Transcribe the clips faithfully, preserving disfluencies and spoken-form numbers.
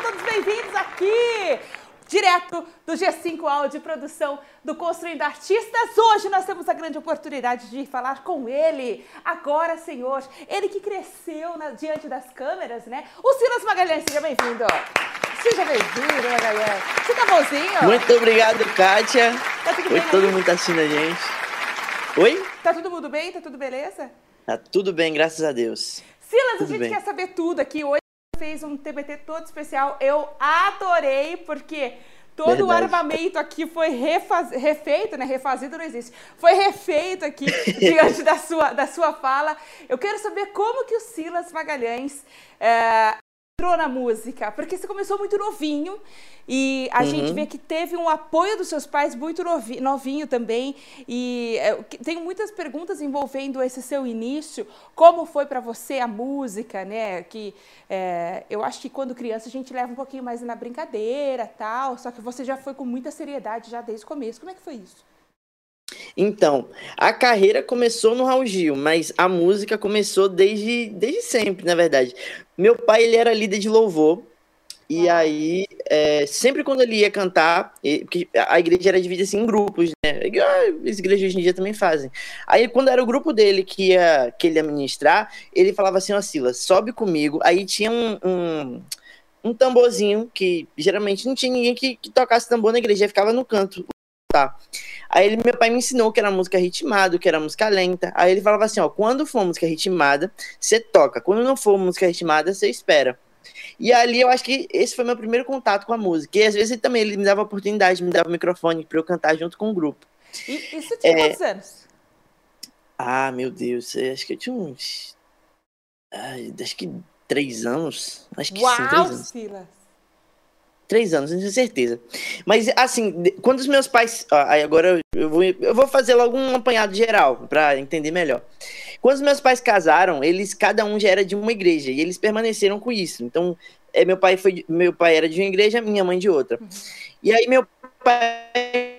todos bem-vindos aqui, direto do G cinco Áudio, produção do Construindo Artistas. Hoje nós temos a grande oportunidade de falar com ele, agora, senhor, ele que cresceu na, diante das câmeras, né? O Silas Magalhães, seja bem-vindo. Seja bem-vindo, Magalhães. Você tá bonzinho? Muito obrigado, Kátia. Tá tudo Oi, bem todo aí? mundo tá assistindo a gente. Oi? Tá todo mundo bem? Tá tudo beleza? Tá tudo bem, graças a Deus. Silas, Tudo a gente bem. quer saber tudo aqui. Hoje fez um T B T todo especial. Eu adorei, porque todo Verdade. o armamento aqui foi refaz... refeito, né? Refazido não existe. Foi refeito aqui diante da sua, da sua fala. Eu quero saber como que o Silas Magalhães é, entrou na música, porque você começou muito novinho e a Uhum. gente vê que teve um apoio dos seus pais muito novi- novinho também, e é, que- tenho muitas perguntas envolvendo esse seu início, como foi para você a música, né, que é, eu acho que quando criança a gente leva um pouquinho mais na brincadeira, tal, só que você já foi com muita seriedade já desde o começo. Como é que foi isso? Então, a carreira começou no Raul Gil, mas a música começou desde, desde sempre, na verdade. Meu pai, ele era líder de louvor, e Uau. aí, é, sempre quando ele ia cantar, e- porque a igreja era dividida assim, em grupos, né? Igual as igrejas hoje em dia também fazem. Aí, quando era o grupo dele que, ia, que ele ia ministrar, ele falava assim, ó, Silas, sobe comigo. Aí tinha um, um, um tamborzinho, que geralmente não tinha ninguém que, que tocasse tambor na igreja, aí ficava no canto. Tá. Aí ele, meu pai me ensinou que era música ritmada, que era música lenta. Aí ele falava assim, ó, quando for música ritmada, você toca. Quando não for música ritmada, você espera. E ali eu acho que esse foi meu primeiro contato com a música. E às vezes ele também ele me dava a oportunidade, me dava o microfone para eu cantar junto com o grupo. E isso tinha É. quantos anos? Ah, meu Deus, eu acho que eu tinha uns... ai, acho que três anos. Acho que sim, três Uau, anos. Silas! Três anos, não tenho certeza. Mas, assim, de- quando os meus pais... ó, aí agora eu vou, eu vou fazer logo um apanhado geral, para entender melhor. Quando os meus pais casaram, eles, cada um já era de uma igreja, e eles permaneceram com isso. Então, é, meu, pai foi, de- meu pai era de uma igreja, minha mãe de outra. E aí, meu pai...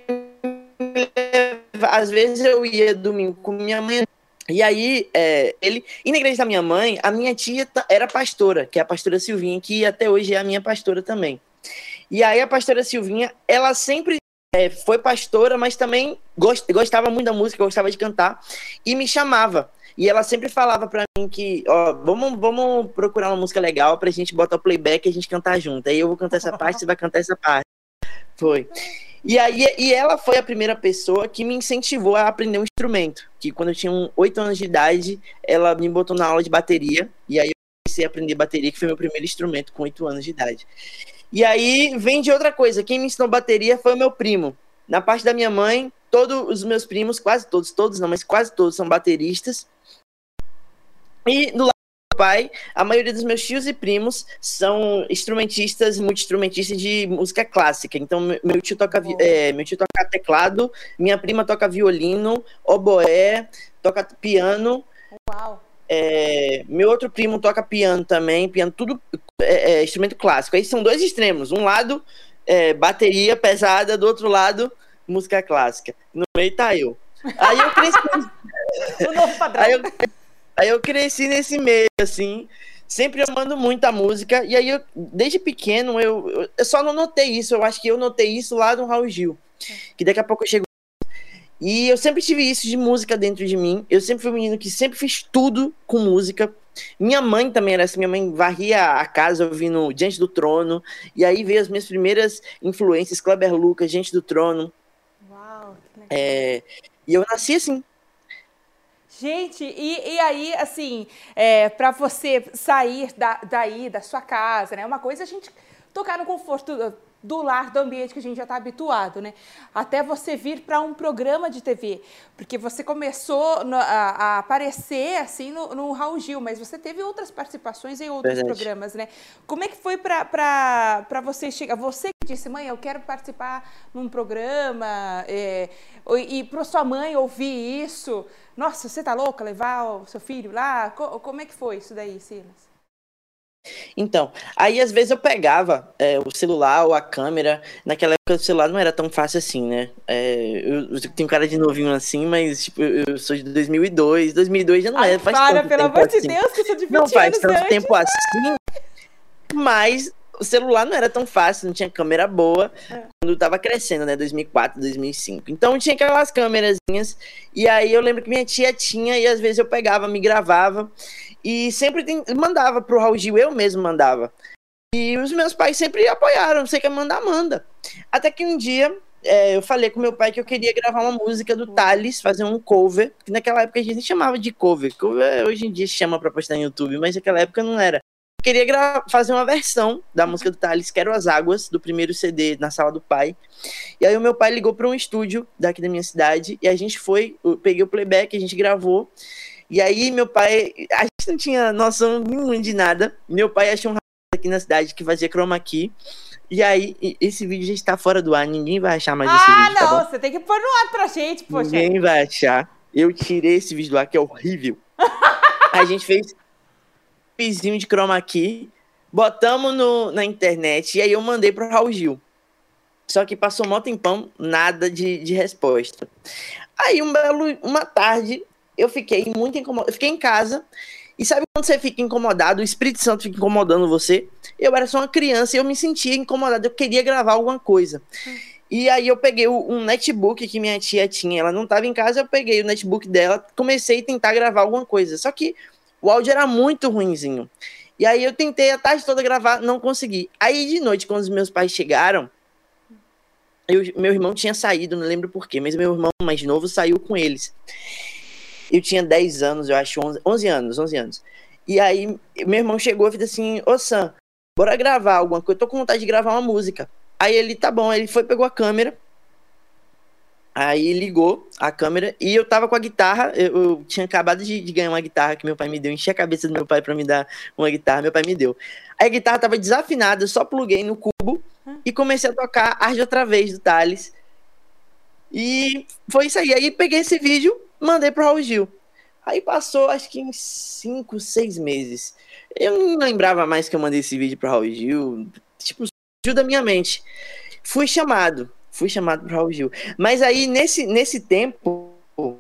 Às vezes eu ia domingo com minha mãe... E aí, é, ele... E na igreja da minha mãe, a minha tia ta- era pastora, que é a pastora Silvinha, que até hoje é a minha pastora também. E aí a pastora Silvinha, ela sempre é, foi pastora, mas também gost, gostava muito da música, gostava de cantar, e me chamava. E ela sempre falava pra mim que, ó, vamos, vamos procurar uma música legal pra gente botar o playback e a gente cantar junto. Aí eu vou cantar essa parte, você vai cantar essa parte. Foi. E aí, e ela foi a primeira pessoa que me incentivou a aprender um instrumento. Que quando eu tinha um, oito anos de idade, ela me botou na aula de bateria. E aí eu comecei a aprender bateria, que foi meu primeiro instrumento com oito anos de idade. E aí vem de outra coisa. Quem me ensinou bateria foi o meu primo. Na parte da minha mãe, todos os meus primos, quase todos, todos não, mas quase todos são bateristas. E do lado do meu pai, a maioria dos meus tios e primos são instrumentistas, multi-instrumentistas de música clássica. Então, meu meu tio toca, vi- é, meu tio toca teclado, minha prima toca violino, oboé, toca piano. Uau! É, meu outro primo toca piano também, piano, tudo é, é, instrumento clássico. Aí são dois extremos. Um lado, é, bateria pesada, do outro lado, música clássica. No meio tá eu. Aí eu cresci, O novo padrão. aí eu, aí eu cresci nesse meio, assim, sempre amando muito a música. E aí, eu, desde pequeno, eu, eu, eu só não notei isso. Eu acho que eu notei isso lá no Raul Gil. Que daqui a pouco eu chego. E eu sempre tive isso de música dentro de mim. Eu sempre fui um menino que sempre fiz tudo com música. Minha mãe também era assim. Minha mãe varria a casa ouvindo Diante do Trono. E aí veio as minhas primeiras influências, Kleber Lucas, Diante do Trono. Uau, que legal. É, e eu nasci assim. Gente, e, e aí, assim, é, para você sair da, daí, da sua casa, né? Uma coisa é a gente tocar no conforto do, do lar, do ambiente que a gente já está habituado, né? Até você vir para um programa de T V, porque você começou no- a, a aparecer, assim, no, no Raul Gil, mas você teve outras participações em outros Verdade. programas, né? Como é que foi para você chegar? Você que disse, mãe, eu quero participar num programa, é, e para sua mãe ouvir isso... Nossa, você tá louca levar o seu filho lá? Co- Como é que foi isso daí, Silas? Então, aí às vezes eu pegava é, o celular ou a câmera. Naquela época o celular não era tão fácil assim, né? É, eu, eu tenho cara de novinho assim, mas tipo, eu, eu sou de dois mil e dois. dois mil e dois já não Ai, é, faz para, tanto pelo tempo amor de assim. Deus, que isso é de Não vinte faz anos tanto antes. tempo assim, mas o celular não era tão fácil, não tinha câmera boa, É. quando eu tava crescendo, né, dois mil e quatro, dois mil e cinco. Então tinha aquelas câmerazinhas, e aí eu lembro que minha tia tinha, e às vezes eu pegava, me gravava, e sempre tem, mandava pro Raul Gil, eu mesmo mandava. E os meus pais sempre apoiaram, você quer mandar, manda. Até que um dia, é, eu falei com meu pai que eu queria gravar uma música do Thales, fazer um cover, que naquela época a gente chamava de cover, cover hoje em dia se chama pra postar no YouTube, mas naquela época não era. Eu queria gra- fazer uma versão da música do Thales, Quero as Águas, do primeiro C D, Na Sala do Pai. E aí o meu pai ligou para um estúdio daqui da minha cidade, e a gente foi, eu peguei o playback, a gente gravou, e aí meu pai, a gente não tinha noção nenhuma de nada, meu pai achou um rapaz aqui na cidade que fazia chroma key, e aí e- esse vídeo já está fora do ar, ninguém vai achar mais esse Ah, vídeo, tá não, bom? você tem que pôr no ar pra gente, poxa. Ninguém vai achar, eu tirei esse vídeo do ar, que é horrível. A gente fez pizinho de chroma key, botamos no, na internet, e aí eu mandei pro Raul Gil. Só que passou um tempão, nada de, de resposta. Aí, um belo, uma tarde, eu fiquei muito incomodado. Eu fiquei em casa, e sabe quando você fica incomodado, o Espírito Santo fica incomodando você? Eu era só uma criança e eu me sentia incomodado, eu queria gravar alguma coisa. E aí eu peguei o- um netbook que minha tia tinha, ela não estava em casa, eu peguei o netbook dela, comecei a tentar gravar alguma coisa. Só que o áudio era muito ruinzinho. E aí eu tentei a tarde toda gravar, não consegui. Aí de noite, quando os meus pais chegaram, eu- meu irmão tinha saído, não lembro porquê, mas meu irmão mais novo saiu com eles. Eu tinha dez anos, eu acho, onze, onze anos, onze anos. E aí meu irmão chegou e fez assim, ô Sam, bora gravar alguma coisa, eu tô com vontade de gravar uma música. Aí ele, tá bom, aí ele foi, pegou a câmera, aí ligou a câmera e eu tava com a guitarra, eu, eu tinha acabado de, de ganhar uma guitarra que meu pai me deu, enchi a cabeça do meu pai pra me dar uma guitarra, meu pai me deu. Aí a guitarra tava desafinada, eu só pluguei no cubo e comecei a tocar Arde Outra Vez, do Thales. E foi isso aí, aí peguei esse vídeo, mandei pro Raul Gil. Aí passou, acho que uns cinco, seis meses. Eu não lembrava mais que eu mandei esse vídeo pro Raul Gil, tipo, surgiu da minha mente. Fui chamado, fui chamado pro Raul Gil. Mas aí, nesse, nesse tempo,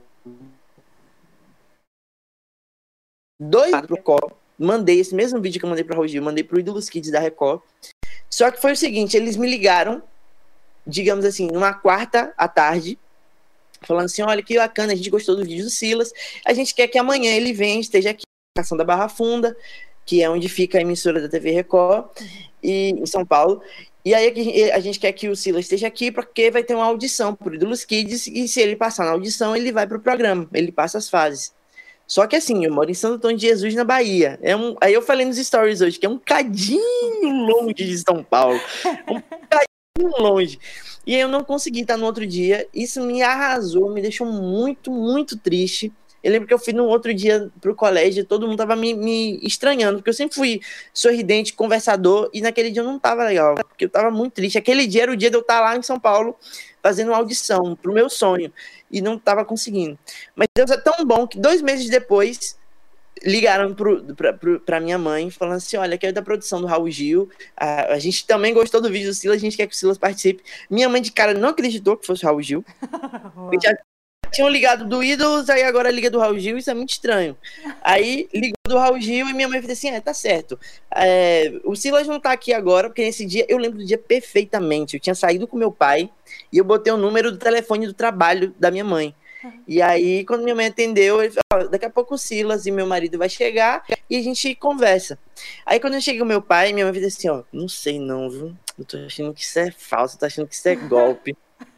dois pro Record, mandei esse mesmo vídeo que eu mandei pro Raul Gil, mandei pro Ídolos Kids da Record. Só que foi o seguinte, eles me ligaram, digamos assim, numa quarta à tarde, falando assim, olha que bacana, a gente gostou do vídeo do Silas, a gente quer que amanhã ele venha, esteja aqui na Estação da Barra Funda, que é onde fica a emissora da T V Record, e, em São Paulo. E aí a gente quer que o Silas esteja aqui porque vai ter uma audição pro Ídolos Kids e se ele passar na audição, ele vai pro programa, ele passa as fases. Só que assim, eu moro em Santo Antônio de Jesus, na Bahia. É um... Aí eu falei nos stories hoje que é um cadinho longe de São Paulo. Um cadinho longe. E eu não consegui estar no outro dia. Isso me arrasou, me deixou muito, muito triste. Eu lembro que eu fui no outro dia pro colégio, todo mundo tava me, me estranhando, porque eu sempre fui sorridente, conversador, e naquele dia eu não tava legal, porque eu tava muito triste. Aquele dia era o dia de eu estar lá em São Paulo, fazendo uma audição pro meu sonho, e não tava conseguindo. Mas Deus é tão bom que dois meses depois, ligaram pro, pra, pro, pra minha mãe, falando assim, olha, que é da produção do Raul Gil, a, a gente também gostou do vídeo do Silas, a gente quer que o Silas participe. Minha mãe de cara não acreditou que fosse o Raul Gil. Eu já tinham ligado do Ídolos, aí agora liga do Raul Gil, isso é muito estranho. Aí ligou do Raul Gil e minha mãe fez assim, é, tá certo. É, o Silas não tá aqui agora, porque nesse dia, eu lembro do dia perfeitamente, eu tinha saído com meu pai e eu botei o número do telefone do trabalho da minha mãe. E aí, quando minha mãe atendeu, ele falou, daqui a pouco o Silas e meu marido vai chegar e a gente conversa. Aí quando eu cheguei o meu pai, minha mãe fez assim, ó, não sei não, viu? Eu tô achando que isso é falso, eu tô achando que isso é golpe.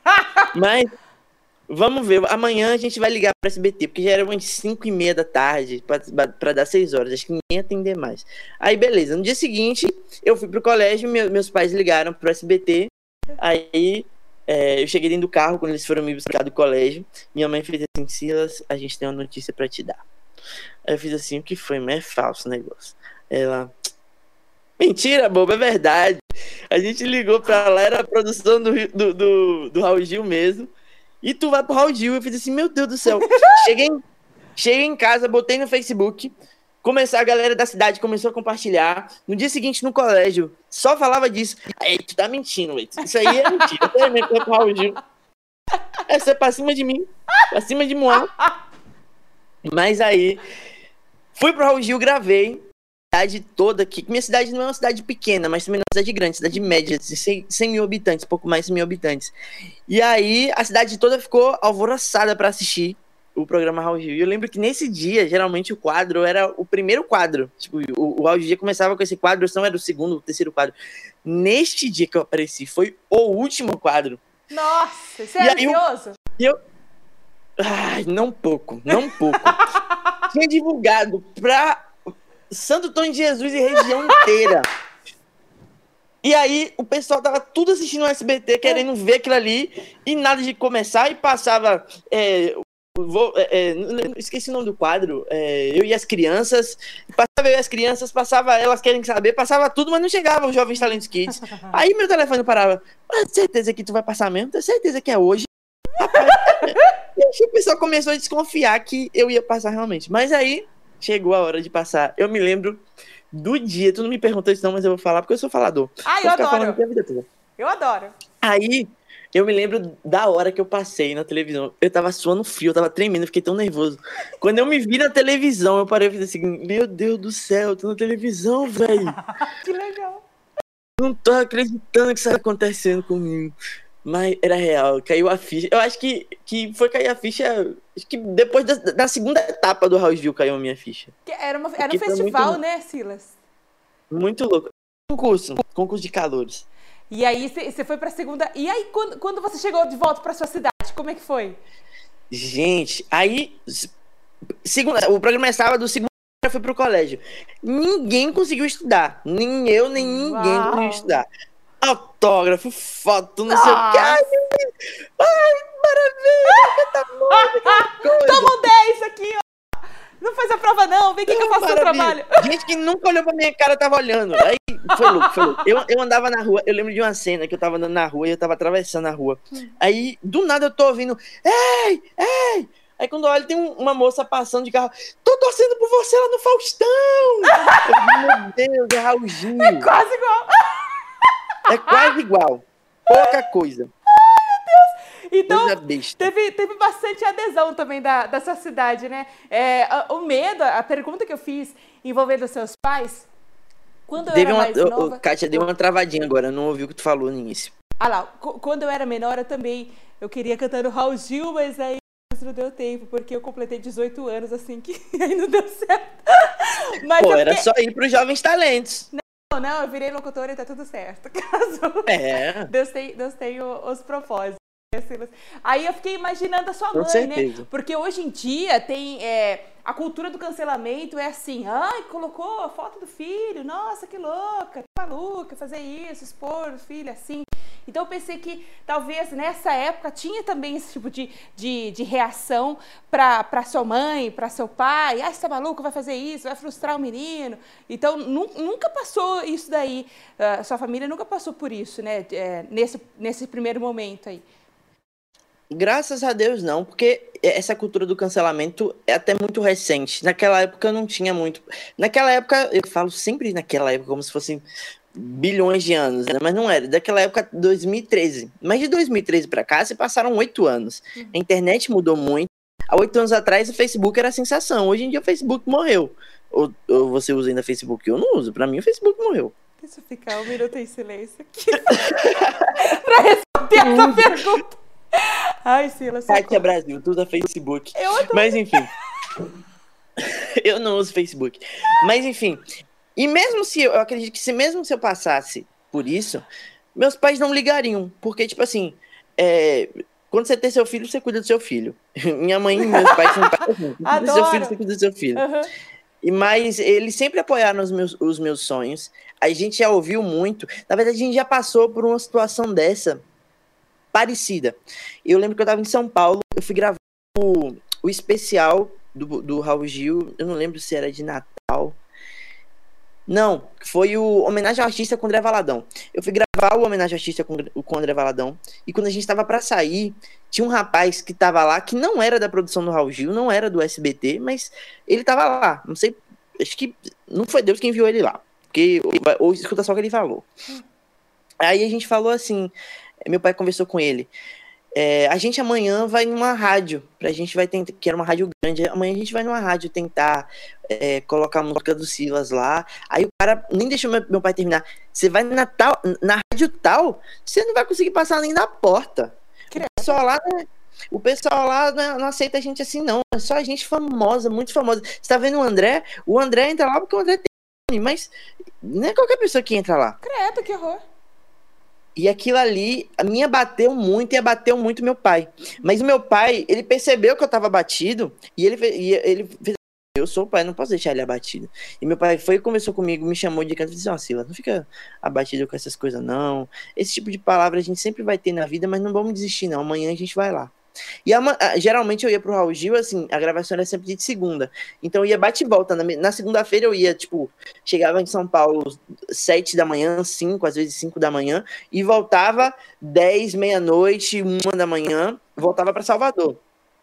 Mas vamos ver, amanhã a gente vai ligar para S B T, porque já era umas cinco e meia da tarde, para dar seis horas, acho que ninguém ia atender mais. Aí beleza, no dia seguinte eu fui pro colégio, meu, meus pais ligaram pro S B T, aí é, eu cheguei dentro do carro, quando eles foram me buscar do colégio, minha mãe fez assim, Silas, a gente tem uma notícia para te dar. Aí eu fiz assim, o que foi? Mas é falso o negócio. Ela, mentira, boba, é verdade. A gente ligou pra lá, era a produção do, do, do, do Raul Gil mesmo. E tu vai pro Raul Gil. Eu fiz assim, meu Deus do céu. Cheguei, cheguei em casa, botei no Facebook. Começou, a galera da cidade começou a compartilhar. No dia seguinte, no colégio, só falava disso. Aí, tu tá mentindo, velho. Isso aí é mentira. Eu também fui pro Raul Gil. Essa é pra cima de mim. Pra cima de Moá. Mas aí, fui pro Raul Gil, gravei. cidade toda aqui. Minha cidade não é uma cidade pequena, mas também não é uma cidade grande, cidade média, de cem, cem mil habitantes, pouco mais de cem mil habitantes. E aí a cidade toda ficou alvoroçada para assistir o programa Raul Gil. E eu lembro que nesse dia, geralmente o quadro era o primeiro quadro. Tipo, o, o Raul Gil começava com esse quadro, não era o segundo, o terceiro quadro. Neste dia que eu apareci, foi o último quadro. Nossa, você é ansioso? E eu... Ai, não pouco, não pouco. Tinha divulgado pra Santo Antônio de Jesus e região inteira. E aí o pessoal tava tudo assistindo o S B T, querendo ver aquilo ali, e nada de começar, e passava... É, vou, é, é, esqueci o nome do quadro. É, eu e as crianças. Passava eu e as crianças, passava elas querem saber, passava tudo, mas não chegava os Jovens Talentos Kids. Aí meu telefone parava. Ah, certeza que tu vai passar mesmo? Tenho certeza que é hoje. Rapaz, e aí o pessoal começou a desconfiar que eu ia passar realmente. Mas aí chegou a hora de passar. Eu me lembro do dia. Tu não me perguntou isso não, mas eu vou falar porque eu sou falador. Ah, eu adoro. Eu adoro. Aí eu me lembro da hora que eu passei na televisão. Eu tava suando frio, eu tava tremendo, eu fiquei tão nervoso. Quando eu me vi na televisão, eu parei e falei assim: meu Deus do céu, eu tô na televisão, velho. Que legal. Não tô acreditando que isso tá acontecendo comigo. Mas era real, caiu a ficha. Eu acho que, que foi cair a ficha. Acho que depois da, da segunda etapa do Raul Gil caiu a minha ficha. Era, uma, era um festival, muito, né, Silas? Muito louco. Concurso, concurso de calouros. E aí você foi pra segunda. E aí, quando, quando você chegou de volta pra sua cidade, como é que foi? Gente, aí. Segunda, o programa é sábado, segunda eu fui pro colégio. Ninguém conseguiu estudar. Nem eu, nem ninguém Uau. conseguiu estudar. Autógrafo, foto, não Nossa. sei o que. Ai, ai maravilha! Toma um dez aqui, ó. Não faz a prova, não. Vem aqui que eu faço o trabalho. Gente que nunca olhou pra minha cara tava olhando. Aí foi louco, foi louco. Eu, eu andava na rua, eu lembro de uma cena que eu tava andando na rua e eu tava atravessando a rua. Aí, do nada, eu tô ouvindo: ei, ei! Aí quando eu olho, tem um, uma moça passando de carro. Tô torcendo por você lá no Faustão! Eu, meu Deus, é Raul Gil. É quase igual. É quase igual. Pouca coisa. Ai, meu Deus. Então, teve, teve bastante adesão também da, da sua cidade, né? É, o medo, a pergunta que eu fiz envolvendo os seus pais, quando eu teve era uma, mais nova... Kátia, deu uma travadinha agora, não ouvi o que tu falou no início. Ah lá, quando eu era menor, eu também, eu queria cantar o Raul Gil, mas aí não deu tempo, porque eu completei dezoito anos, assim, que aí não deu certo. Mas Pô, fiquei... era só ir pros Jovens Talentos. Não, não, eu virei locutora e tá tudo certo. Caso... É. Deus tem, Deus tem os propósitos. Aí eu fiquei imaginando a sua Com mãe, certeza. né? Porque hoje em dia tem é, a cultura do cancelamento é assim, ai, colocou a foto do filho, nossa, que louca, que maluca, fazer isso, expor o filho assim. Então eu pensei que talvez nessa época tinha também esse tipo de, de, de reação para sua mãe, para seu pai. Ah, você tá maluco, vai fazer isso, vai frustrar o menino. Então nu, nunca passou isso daí, uh, sua família nunca passou por isso, né? É, nesse, nesse primeiro momento aí. Graças a Deus não, porque essa cultura do cancelamento é até muito recente. Naquela época não tinha muito. Naquela época, eu falo sempre naquela época como se fossem bilhões de anos, né? Mas não era. Daquela época, dois mil e treze. Mas de dois mil e treze para cá, se passaram oito anos. A internet mudou muito. Há oito anos atrás, o Facebook era a sensação. Hoje em dia, o Facebook morreu. Ou, ou você usa ainda Facebook? Eu não uso. Para mim, o Facebook morreu. Deixa eu ficar um minuto em silêncio aqui para responder essa pergunta. Ai, Silas. Kátia Brasil, tudo é Facebook. Eu adoro. Mas enfim. Eu não uso Facebook. Mas enfim. E mesmo se eu, eu acredito que se mesmo se eu passasse por isso, meus pais não ligariam. Porque, tipo assim, é, quando você tem seu filho, você cuida do seu filho. Minha mãe e meus pais são pais. Você cuida do seu filho, você cuida do seu filho. Uhum. E, mas eles sempre apoiaram os meus, os meus sonhos. A gente já ouviu muito. Na verdade, a gente já passou por uma situação dessa. Parecida. Eu lembro que eu tava em São Paulo, eu fui gravar o, o especial do, do Raul Gil, eu não lembro se era de Natal. Não, foi o Homenagem ao Artista com o André Valadão. Eu fui gravar o Homenagem ao Artista com, com o André Valadão, e quando a gente tava pra sair, tinha um rapaz que tava lá, que não era da produção do Raul Gil, não era do S B T, mas ele tava lá, não sei, acho que não foi Deus quem enviou ele lá, porque ou escuta só o que ele falou. Aí a gente falou assim, meu pai conversou com ele. É, a gente amanhã vai numa rádio, a gente vai tentar, que era uma rádio grande, amanhã a gente vai numa rádio tentar é, colocar a música do Silas lá. Aí o cara nem deixou meu, meu pai terminar. Você vai na, tal, na rádio tal, você não vai conseguir passar nem da porta. O pessoal lá, né, o pessoal lá não, não aceita a gente assim, não. É só a gente famosa, muito famosa. Você tá vendo o André? O André entra lá porque o André tem, mas não é qualquer pessoa que entra lá. Credo, que horror. E aquilo ali, a minha bateu muito e abateu muito meu pai. Mas o meu pai, ele percebeu que eu tava abatido e ele, e ele fez, eu sou o pai, não posso deixar ele abatido. E meu pai foi e conversou comigo, me chamou de canto e disse, ó, Silas, não fica abatido com essas coisas não. Esse tipo de palavra a gente sempre vai ter na vida, mas não vamos desistir não, amanhã a gente vai lá. E a, geralmente eu ia pro Raul Gil, assim, a gravação era sempre de segunda. Então eu ia bate e volta. Na, na segunda-feira eu ia, tipo, chegava em São Paulo sete da manhã, cinco, às vezes cinco da manhã, e voltava dez, meia-noite, uma da manhã, voltava para Salvador.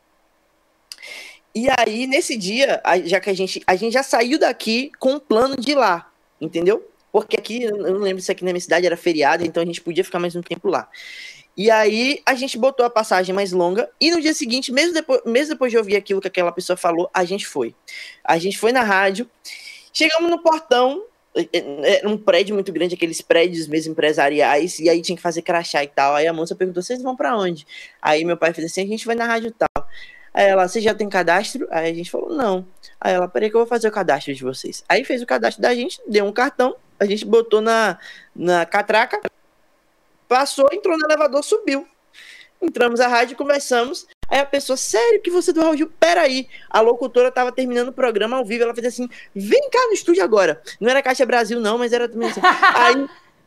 E aí, nesse dia, já que a gente, a gente já saiu daqui com o plano de ir lá, entendeu? Porque aqui, eu não lembro se aqui na minha cidade era feriado, então a gente podia ficar mais um tempo lá. E aí a gente botou a passagem mais longa e no dia seguinte, mesmo depois, mesmo depois de ouvir aquilo que aquela pessoa falou, a gente foi. A gente foi na rádio, chegamos no portão, era um prédio muito grande, aqueles prédios mesmo empresariais, e aí tinha que fazer crachá e tal. Aí a moça perguntou, vocês vão pra onde? Aí meu pai fez assim, a gente vai na rádio tal. Aí ela, você já tem cadastro? Aí a gente falou, não. Aí ela, peraí que eu vou fazer o cadastro de vocês. Aí fez o cadastro da gente, deu um cartão, a gente botou na, na catraca, passou, entrou no elevador, subiu. Entramos na rádio, conversamos. Aí a pessoa, sério que você é do Raul Gil? Peraí. A locutora tava terminando o programa ao vivo, ela fez assim, vem cá no estúdio agora. Não era Caixa Brasil não, mas era também assim. Aí,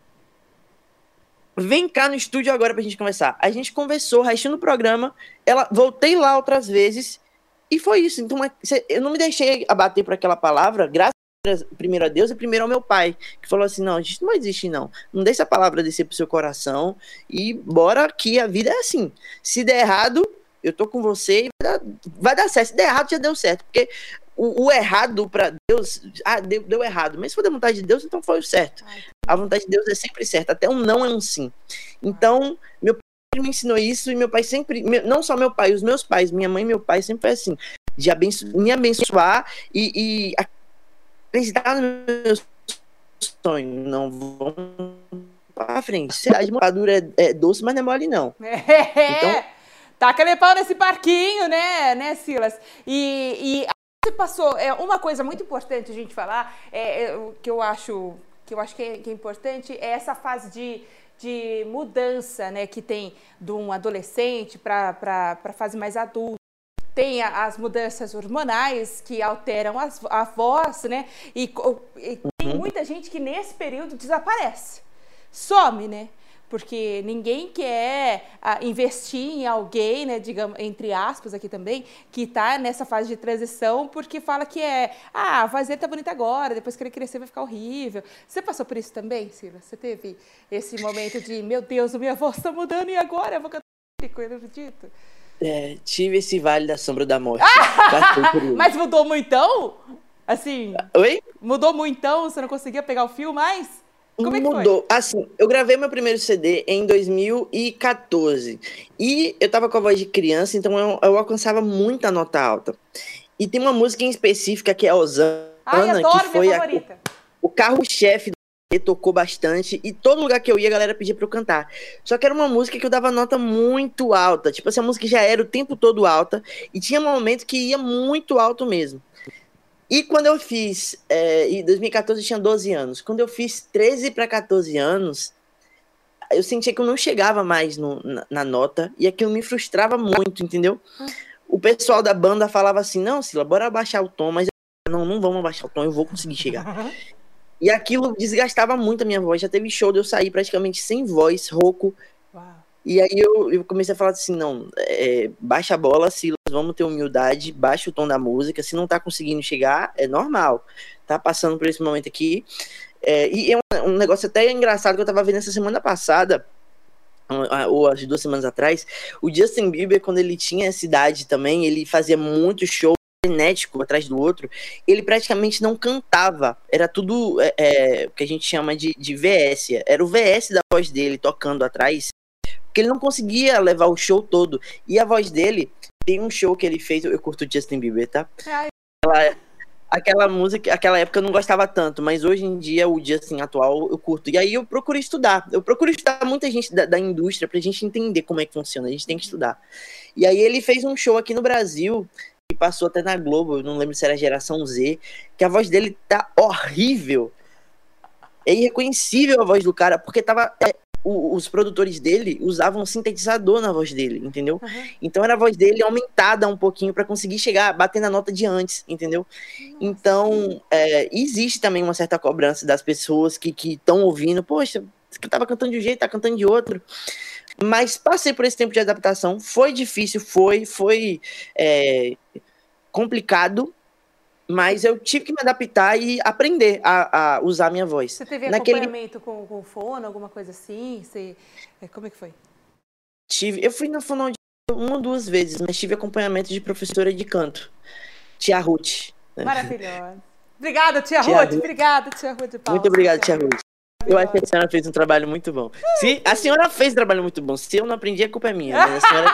vem cá no estúdio agora pra gente conversar. A gente conversou, restou no programa, ela, voltei lá outras vezes, e foi isso. Então, eu não me deixei abater por aquela palavra, graças primeiro a Deus e primeiro ao meu pai, que falou assim, não, a gente não vai desistir não, não deixa a palavra descer pro seu coração e bora que a vida é assim, se der errado, eu tô com você e vai dar, vai dar certo, se der errado já deu certo, porque o, o errado para Deus, ah, deu, deu errado, mas se for da vontade de Deus, então foi o certo, a vontade de Deus é sempre certa, até um não é um sim, então meu pai me ensinou isso e meu pai sempre, não só meu pai, os meus pais, minha mãe e meu pai sempre foi assim, de abenço, me abençoar e, e acreditar no meu sonho, não vão pra frente. Se a madura é, é doce, mas não é mole, não. É, então, taca aquele pau nesse parquinho, né, né, Silas? E, e você passou, é, uma coisa muito importante a gente falar, é, é, que eu acho, que eu acho que é, que é importante, é essa fase de, de mudança, né, que tem de um adolescente para a fase mais adulta. Tem as mudanças hormonais que alteram as, a voz, né? E, e tem uhum. muita gente que nesse período desaparece, some, né? Porque ninguém quer a, investir em alguém, né? Digamos, entre aspas aqui também, que tá nessa fase de transição, porque fala que é, ah, a voz dele tá bonita agora, depois que ele crescer vai ficar horrível. Você passou por isso também, Silvia? Você teve esse momento de, meu Deus, a minha voz tá mudando e agora eu vou cantar, eu não acredito. É, tive esse vale da sombra da morte. Mas mudou muitão? Assim. Oi? Mudou muitão? Você não conseguia pegar o fio mais? Como é que Mudou. Foi? Assim, eu gravei meu primeiro C D em dois mil e quatorze. E eu tava com a voz de criança, então eu, eu alcançava muita nota alta. E tem uma música em específica que é Osana, Ai, adoro, que foi minha a, favorita. o, o carro-chefe do tocou bastante, e todo lugar que eu ia a galera pedia pra eu cantar, só que era uma música que eu dava nota muito alta, tipo assim, a música já era o tempo todo alta, e tinha momentos que ia muito alto mesmo. E quando eu fiz, é, em dois mil e quatorze eu tinha doze anos, quando eu fiz treze para quatorze anos, eu sentia que eu não chegava mais no, na, na nota, e aquilo me frustrava muito, entendeu? Hum. O pessoal da banda falava assim, não, Sila, bora abaixar o tom, mas eu, não, não vamos abaixar o tom, eu vou conseguir chegar. E aquilo desgastava muito a minha voz. Já teve show de eu sair praticamente sem voz, rouco. Uau. E aí eu, eu comecei a falar assim, não, é, baixa a bola, Silas, vamos ter humildade, baixa o tom da música. Se não tá conseguindo chegar, é normal. Tá passando por esse momento aqui. É, e é um, um negócio até engraçado que eu tava vendo essa semana passada, ou as duas semanas atrás, o Justin Bieber, quando ele tinha essa idade também, ele fazia muito show frenético atrás do outro, ele praticamente não cantava, era tudo é, o que a gente chama de, de V S, era o V S da voz dele tocando atrás, porque ele não conseguia levar o show todo. E a voz dele, tem um show que ele fez, eu curto Justin Bieber, tá? Ai. Aquela, aquela música, aquela época eu não gostava tanto, mas hoje em dia, o Justin atual, eu curto. E aí eu procuro estudar, eu procuro estudar muita gente da, da indústria pra gente entender como é que funciona, a gente tem que estudar. E aí ele fez um show aqui no Brasil, que passou até na Globo, eu não lembro se era Geração Z, que a voz dele tá horrível. É irreconhecível a voz do cara, porque tava, é, o, os produtores dele usavam um sintetizador na voz dele, entendeu? Uhum. Então era a voz dele aumentada um pouquinho para conseguir chegar, bater na nota de antes, entendeu? Nossa. Então, é, existe também uma certa cobrança das pessoas que estão ouvindo, poxa, você tava cantando de um jeito, tá cantando de outro. Mas passei por esse tempo de adaptação, foi difícil, foi, foi é, complicado, mas eu tive que me adaptar e aprender a, a usar a minha voz. Você teve Naquele... acompanhamento com, com fono, alguma coisa assim? Você... Como é que foi? Tive, eu fui na fono uma ou duas vezes, mas tive acompanhamento de professora de canto, tia Ruth. Maravilhosa. Obrigada, tia, tia Ruth. Ruth. Obrigada, tia Ruth. Paulo. Muito obrigado, tia Ruth. Eu acho que a senhora fez um trabalho muito bom. Se, a senhora fez um trabalho muito bom. Se eu não aprendi, a culpa é minha. Mas a senhora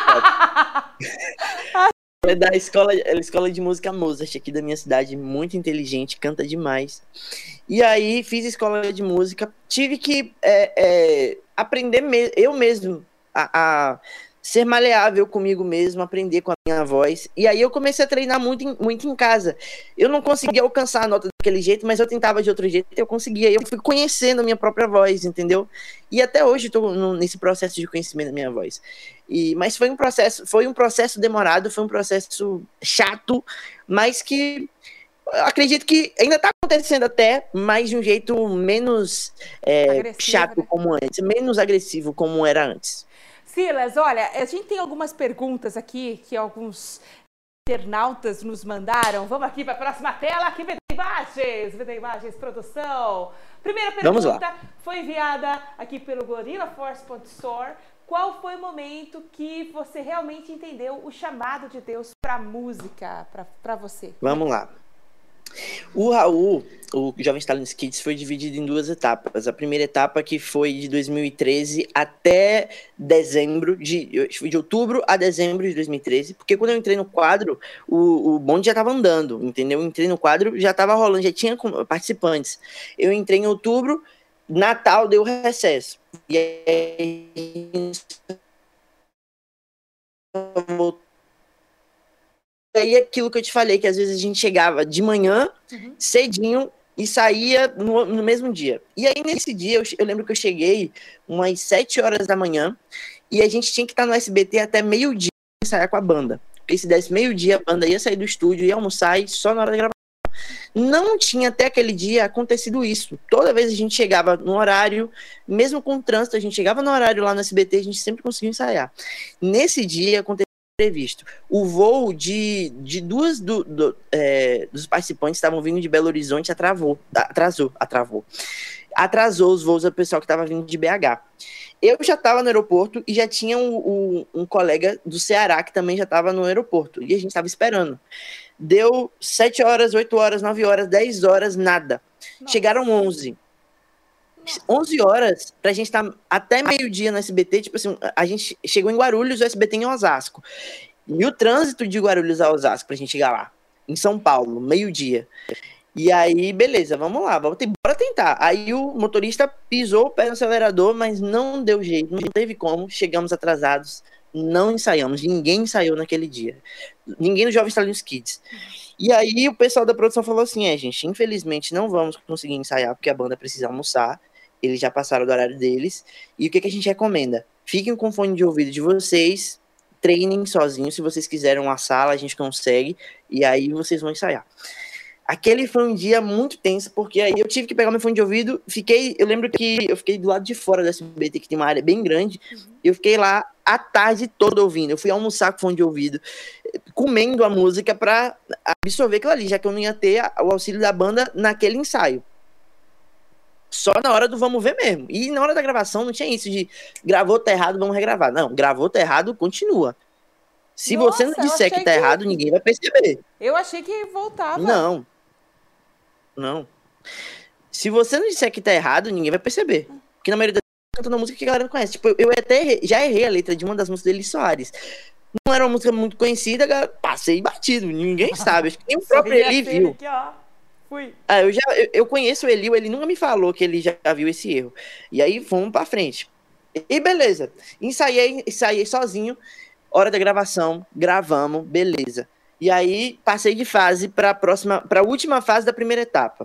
pode. É da escola, é da escola de música Mozart aqui da minha cidade, muito inteligente, canta demais. E aí fiz escola de música, tive que é, é, aprender me eu mesmo a, a ser maleável comigo mesmo, aprender com a minha voz. E aí eu comecei a treinar muito em, muito em casa. Eu não conseguia alcançar a nota daquele jeito, mas eu tentava de outro jeito e eu conseguia. Eu fui conhecendo a minha própria voz, entendeu? E até hoje estou nesse processo de conhecimento da minha voz. E, mas foi um processo, foi um processo demorado, foi um processo chato, mas que eu acredito que ainda está acontecendo até, mas de um jeito menos é, chato, né? Como antes, menos agressivo como era antes. Silas, olha, a gente tem algumas perguntas aqui que alguns internautas nos mandaram. Vamos aqui para a próxima tela, aqui vem imagens, vem imagens, produção. Primeira pergunta foi enviada aqui pelo gorilla force ponto store. Qual foi o momento que você realmente entendeu o chamado de Deus para a música, para você? Vamos lá. O Raul, o Jovens Talentos Kids, foi dividido em duas etapas. A primeira etapa que foi de dois mil e treze até dezembro, de, de outubro a dezembro de dois mil e treze, porque quando eu entrei no quadro, o, o bonde já estava andando, entendeu? Eu entrei no quadro, já estava rolando, já tinha participantes. Eu entrei em outubro, Natal deu recesso. E aí... aí aquilo que eu te falei, que às vezes a gente chegava de manhã, uhum. cedinho, e saía no, no mesmo dia. E aí, nesse dia, eu, eu lembro que eu cheguei umas sete horas da manhã, e a gente tinha que estar no S B T até meio-dia e ensaiar com a banda. Porque se desse meio-dia, a banda ia sair do estúdio, ia almoçar, e só na hora da gravação. Não tinha até aquele dia acontecido isso. Toda vez a gente chegava no horário, mesmo com o trânsito, a gente chegava no horário lá no S B T, a gente sempre conseguia ensaiar. Nesse dia, aconteceu previsto. O voo de, de duas do, do, é, dos participantes que estavam vindo de Belo Horizonte atravou, atrasou, atravou. Atrasou os voos do pessoal que estava vindo de B H. Eu já estava no aeroporto e já tinha um, um, um colega do Ceará que também já estava no aeroporto. E a gente estava esperando. Deu sete horas, oito horas, nove horas, dez horas, nada. Nossa. Chegaram onze. onze horas, pra gente estar tá até meio-dia no S B T, tipo assim, a gente chegou em Guarulhos, o S B T em Osasco. E o trânsito de Guarulhos a Osasco pra gente chegar lá, em São Paulo, meio-dia. E aí, beleza, vamos lá, vamos ter, bora tentar. Aí o motorista pisou o pé no acelerador, mas não deu jeito, não teve como, chegamos atrasados, não ensaiamos, ninguém ensaiou naquele dia. Ninguém nos Jovens Talentos Kids. E aí o pessoal da produção falou assim, é, gente, infelizmente não vamos conseguir ensaiar, porque a banda precisa almoçar. Eles já passaram do horário deles. E o que, que a gente recomenda? Fiquem com o fone de ouvido de vocês, treinem sozinhos. Se vocês quiserem uma sala, a gente consegue. E aí vocês vão ensaiar. Aquele foi um dia muito tenso, porque aí eu tive que pegar meu fone de ouvido. Fiquei, eu lembro que eu fiquei do lado de fora da S B T, que tem uma área bem grande. Uhum. Eu fiquei lá a tarde toda ouvindo. Eu fui almoçar com fone de ouvido, comendo a música para absorver aquilo ali, já que eu não ia ter o auxílio da banda naquele ensaio. Só na hora do vamos ver mesmo. E na hora da gravação não tinha isso de gravou, tá errado, vamos regravar. Não, gravou, tá errado, continua. Se Nossa, você não disser que tá que... errado, ninguém vai perceber. Eu achei que voltava. Não. Não. Se você não disser que tá errado, ninguém vai perceber. Porque na maioria das vezes cantando uma música que a galera não conhece. Tipo, eu até errei, já errei a letra de uma das músicas dele, Soares. Não era uma música muito conhecida, galera, passei batido, ninguém sabe. Acho que nem o próprio Eli viu. Aqui, ó. Fui. Ah, eu, já, eu, eu conheço o Eli, ele nunca me falou que ele já viu esse erro. E aí, fomos pra frente. E beleza, ensaiei, ensaiei sozinho, hora da gravação, gravamos, beleza. E aí, passei de fase pra próxima, pra última fase da primeira etapa.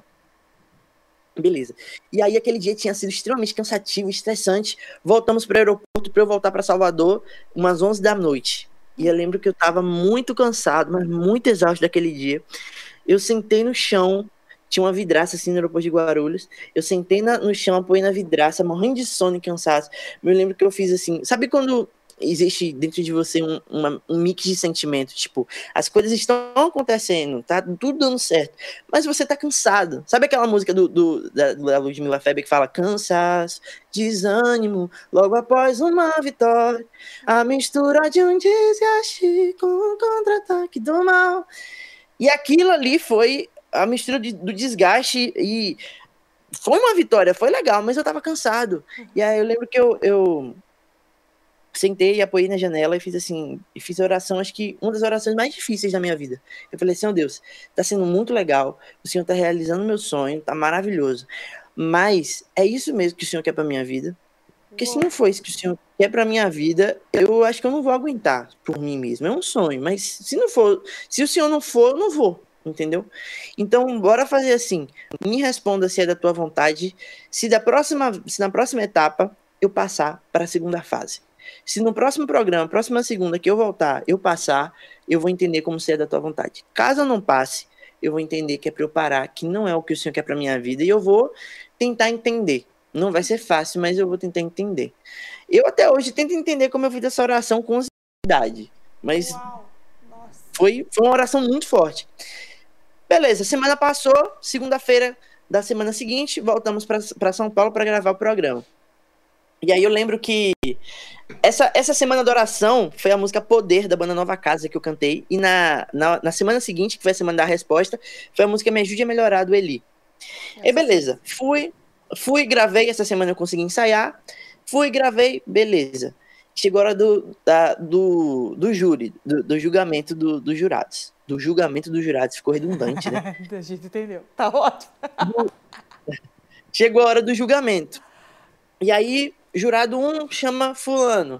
Beleza. E aí, aquele dia tinha sido extremamente cansativo, estressante. Voltamos para o aeroporto para eu voltar para Salvador, umas onze da noite. E eu lembro que eu tava muito cansado, mas muito exausto daquele dia. Eu sentei no chão, tinha uma vidraça assim no aeroporto de Guarulhos. Eu sentei na, no chão, apoiei na vidraça, morrendo de sono e cansaço. Eu lembro que eu fiz assim, sabe quando existe dentro de você um, uma, um mix de sentimentos, tipo, as coisas estão acontecendo, tá tudo dando certo, mas você tá cansado. Sabe aquela música do, do, da, da Ludmilla Feber que fala cansaço, desânimo, logo após uma vitória, a mistura de um desgaste com um contra-ataque do mal. E aquilo ali foi a mistura de, do desgaste e foi uma vitória, foi legal, mas eu tava cansado. E aí eu lembro que eu, eu sentei e apoiei na janela e fiz assim, e fiz a oração, acho que uma das orações mais difíceis da minha vida. Eu falei, Senhor Deus, tá sendo muito legal, o Senhor tá realizando meu sonho, tá maravilhoso, mas é isso mesmo que o Senhor quer pra minha vida? Porque se não for isso que o Senhor quer pra minha vida, eu acho que eu não vou aguentar por mim mesmo, é um sonho, mas se não for, se o Senhor não for, eu não vou, entendeu? Então, bora fazer assim, me responda se é da tua vontade, se, da próxima, se na próxima etapa eu passar para a segunda fase. Se no próximo programa, próxima segunda que eu voltar, eu passar, eu vou entender como se é da tua vontade. Caso eu não passe, eu vou entender que é para eu parar, que não é o que o Senhor quer para minha vida, e eu vou tentar entender. Não vai ser fácil, mas eu vou tentar entender. Eu até hoje tento entender como eu fiz essa oração com ansiedade, mas Uau. Nossa. Foi, foi uma oração muito forte. Beleza, semana passou, segunda-feira da semana seguinte, voltamos para São Paulo para gravar o programa. E aí eu lembro que essa, essa semana da oração foi a música Poder, da banda Nova Casa, que eu cantei. E na, na, na semana seguinte, que foi a semana da resposta, foi a música Me Ajude a Melhorar, do Eli. E beleza, fui, fui, gravei, essa semana eu consegui ensaiar. Fui, gravei, beleza. Chegou a hora do, da, do, do júri, do, do julgamento do, dos jurados. Do julgamento dos jurados, ficou redundante, né? A gente entendeu, tá ótimo. Chegou a hora do julgamento. E aí, jurado um chama fulano.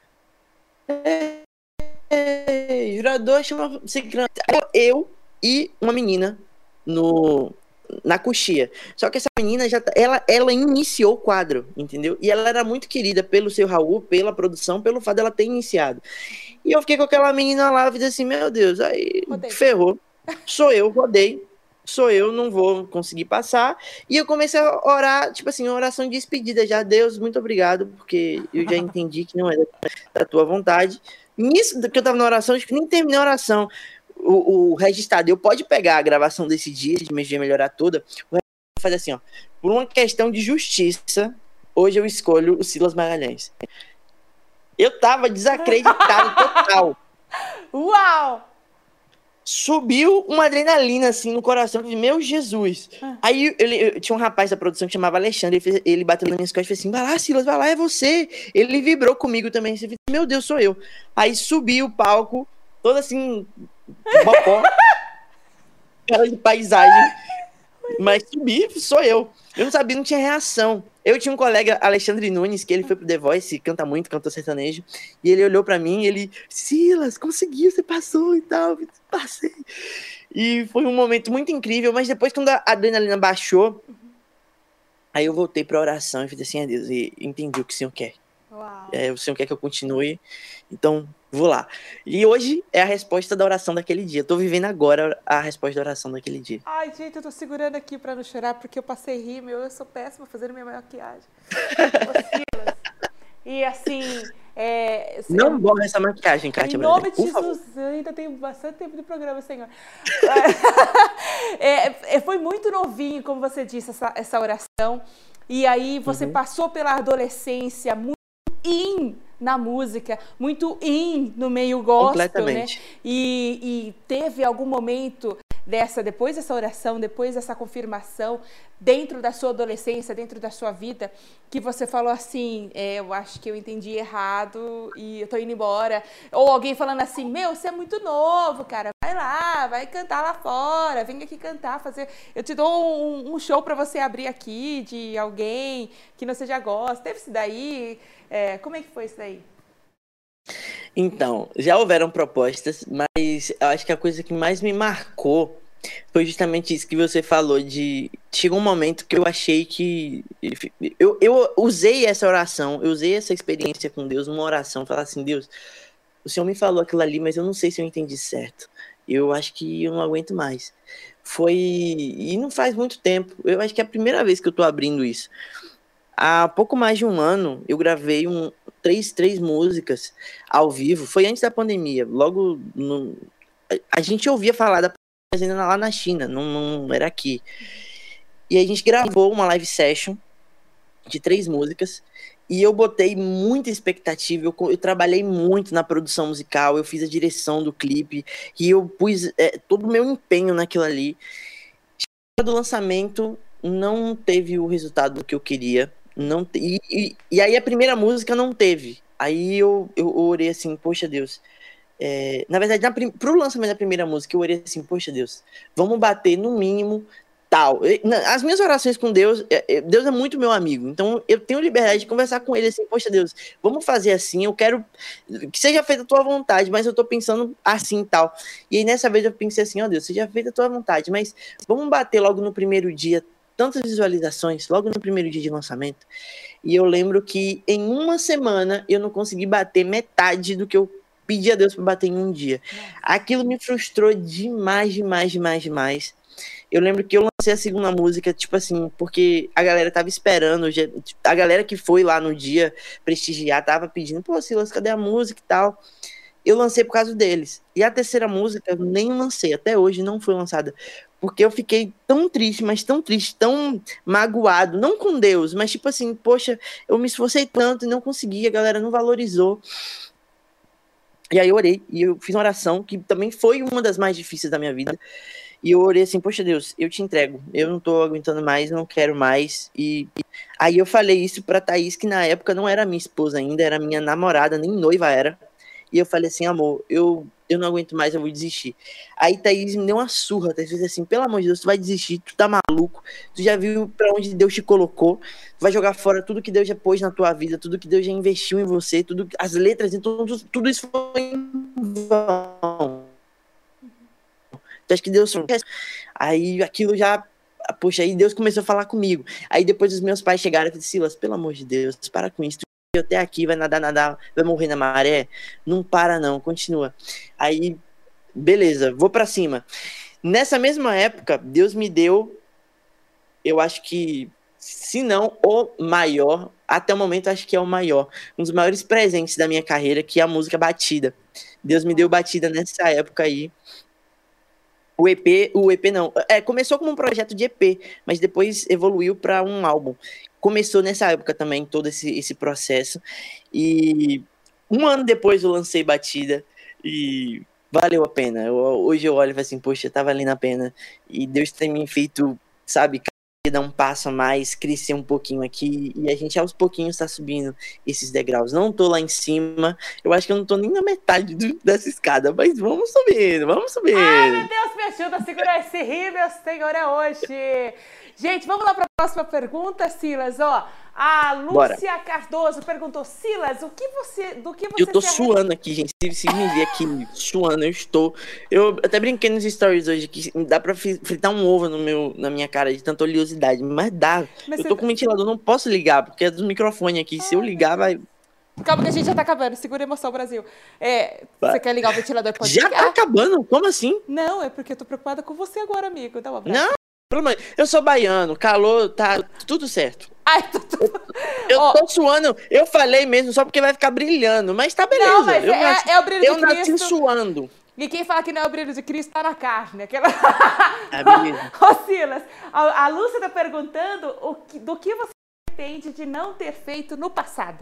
Ei, jurado dois chama ciclano. Eu e uma menina no, na coxia. Só que essa menina, já ela, ela iniciou o quadro, entendeu? E ela era muito querida pelo seu Raul, pela produção, pelo fato dela ter iniciado. E eu fiquei com aquela menina lá, fiz assim, meu Deus, aí rodei. Ferrou. Sou eu, rodei. Sou eu, não vou conseguir passar. E eu comecei a orar, tipo assim, uma oração de despedida já. Deus, muito obrigado, porque eu já entendi que não é da tua vontade. Nisso que eu tava na oração, acho que nem terminei a oração. O, o registrado, eu pode pegar a gravação desse dia, de me melhorar toda, o registrado faz assim, ó. Por uma questão de justiça, hoje eu escolho o Silas Magalhães. Eu tava desacreditado total. Uau! Subiu uma adrenalina assim no coração, de meu Jesus. Ah. Aí eu, eu, eu tinha um rapaz da produção que chamava Alexandre, ele, fez, ele bateu nas minhas costas e fez assim: vai lá, Silas, vai lá, é você. Ele vibrou comigo também. Você fez, meu Deus, sou eu. Aí subi o palco, todo assim, bocó, cara de paisagem. Mas subi, sou eu. Eu não sabia, não tinha reação. Eu tinha um colega, Alexandre Nunes, que ele foi pro The Voice, canta muito, cantor sertanejo, e ele olhou pra mim e ele, Silas, conseguiu, você passou e tal, passei. E foi um momento muito incrível, mas depois quando a adrenalina baixou, aí eu voltei pra oração e fiz assim, a Deus, e entendi o que o Senhor quer. Uau. É, o Senhor quer que eu continue, então vou lá. E hoje é a resposta da oração daquele dia. Eu tô vivendo agora a resposta da oração daquele dia. Ai, gente, eu tô segurando aqui pra não chorar, porque eu passei rímel, eu sou péssima fazendo minha maquiagem. E assim... É, não borra essa maquiagem, Kátia. Em nome de Jesus, eu ainda tenho bastante tempo de programa, Senhor. é, é, foi muito novinho, como você disse, essa, essa oração. E aí você uhum. passou pela adolescência muito in na música, muito in no meio gospel, né? E, e teve algum momento dessa, depois dessa oração, depois dessa confirmação, dentro da sua adolescência, dentro da sua vida, que você falou assim, é, eu acho que eu entendi errado e eu tô indo embora. Ou alguém falando assim, meu, você é muito novo, cara, vai lá, vai cantar lá fora, vem aqui cantar, fazer... Eu te dou um, um show para você abrir aqui de alguém que você já gosta. Teve isso daí? É, como é que foi isso daí? Então, já houveram propostas, mas eu acho que a coisa que mais me marcou foi justamente isso que você falou, de... Chegou um momento que eu achei que... Eu, eu usei essa oração, eu usei essa experiência com Deus, uma oração, falar assim, Deus, o Senhor me falou aquilo ali, mas eu não sei se eu entendi certo. Eu acho que eu não aguento mais. Foi... E não faz muito tempo, eu acho que é a primeira vez que eu tô abrindo isso. Há pouco mais de um ano, eu gravei um, três, três músicas ao vivo. Foi antes da pandemia. Logo, no, a, a gente ouvia falar da pandemia, mas ainda lá na China, não, não era aqui. E aí a gente gravou uma live session de três músicas. E eu botei muita expectativa. Eu, eu trabalhei muito na produção musical. Eu fiz a direção do clipe. E eu pus é, todo o meu empenho naquilo ali. Do lançamento, não teve o resultado que eu queria. Não te... e, e, e aí a primeira música não teve. Aí eu, eu orei assim, poxa Deus. É... Na verdade, na prim... pro lançamento da primeira música, eu orei assim, poxa Deus, vamos bater no mínimo tal. As minhas orações com Deus, Deus é muito meu amigo, então eu tenho liberdade de conversar com ele assim, poxa Deus, vamos fazer assim, eu quero que seja feita a tua vontade, mas eu tô pensando assim e tal. E aí nessa vez eu pensei assim, ó Deus, seja feita a tua vontade, mas vamos bater logo no primeiro dia tantas visualizações, logo no primeiro dia de lançamento. E eu lembro que em uma semana eu não consegui bater metade do que eu pedi a Deus para bater em um dia. Aquilo me frustrou demais, demais, demais, demais. Eu lembro que eu lancei a segunda música, tipo assim, porque a galera tava esperando, a galera que foi lá no dia prestigiar tava pedindo, pô, Silas, cadê a música e tal? Eu lancei por causa deles. E a terceira música eu nem lancei, até hoje não foi lançada. Porque eu fiquei tão triste, mas tão triste, tão magoado, não com Deus, mas tipo assim, poxa, eu me esforcei tanto e não consegui, a galera não valorizou. E aí eu orei, e eu fiz uma oração, que também foi uma das mais difíceis da minha vida. E eu orei assim, poxa Deus, eu te entrego, eu não tô aguentando mais, não quero mais. E, e aí eu falei isso pra Thaís, que na época não era minha esposa ainda, era minha namorada, nem noiva era. E eu falei assim, amor, eu, eu não aguento mais, eu vou desistir. Aí Thaís me deu uma surra, Thaís fez assim, pelo amor de Deus, tu vai desistir, tu tá maluco, tu já viu pra onde Deus te colocou, tu vai jogar fora tudo que Deus já pôs na tua vida, tudo que Deus já investiu em você, tudo, as letras, então, tudo, tudo isso foi em vão. Tu acha que Deus... Aí aquilo já... Poxa, aí Deus começou a falar comigo. Aí depois os meus pais chegaram e falaram, Silas, pelo amor de Deus, para com isso, até aqui, vai nadar, nadar, vai morrer na maré, não para não, continua. Aí, beleza, vou pra cima. Nessa mesma época, Deus me deu, eu acho que, se não o maior, até o momento acho que é o maior, um dos maiores presentes da minha carreira, que é a música Batida. Deus me deu Batida nessa época aí. O E P, o E P não, é, começou como um projeto de E P, mas depois evoluiu para um álbum. Começou nessa época também todo esse, esse processo, e um ano depois eu lancei Batida, e valeu a pena. Eu, hoje eu olho e falo assim, poxa, tá valendo a pena, e Deus tem me feito, sabe, dar um passo a mais, crescer um pouquinho aqui, e a gente aos pouquinhos tá subindo esses degraus. Não tô lá em cima, eu acho que eu não tô nem na metade do, dessa escada, mas vamos subindo, vamos subindo. Ai, meu Deus, me ajuda a segurar esse rio, meu Senhor, é hoje. Gente, vamos lá para a próxima pergunta, Silas. Ó, a Lúcia Bora. Cardoso perguntou, Silas, o que você, do que você... Eu tô suando aqui, gente. Se, se me ver aqui suando, eu estou... Eu até brinquei nos stories hoje que dá pra fritar um ovo no meu, na minha cara de tanta oleosidade, mas dá. Mas eu tô você... com ventilador, não posso ligar, porque é do microfone aqui. Se eu ligar, vai... Calma que a gente já tá acabando. Segura a emoção, Brasil. É, você quer ligar o ventilador? Pode já ligar. Tá acabando? Como assim? Não, é porque eu tô preocupada com você agora, amigo. Dá um abraço. Não. Eu sou baiano, calor, tá tudo certo. Ai, tô, tô... Eu oh. tô suando, eu falei mesmo só porque vai ficar brilhando, mas tá beleza. Não, mas eu é, nasci, é o brilho eu de Cristo. Eu nasci suando. E quem fala que não é o brilho de Cristo tá na carne. Aquela... É beleza. Ô, Silas, a, a Lúcia tá perguntando o que, do que você arrepende de não ter feito no passado.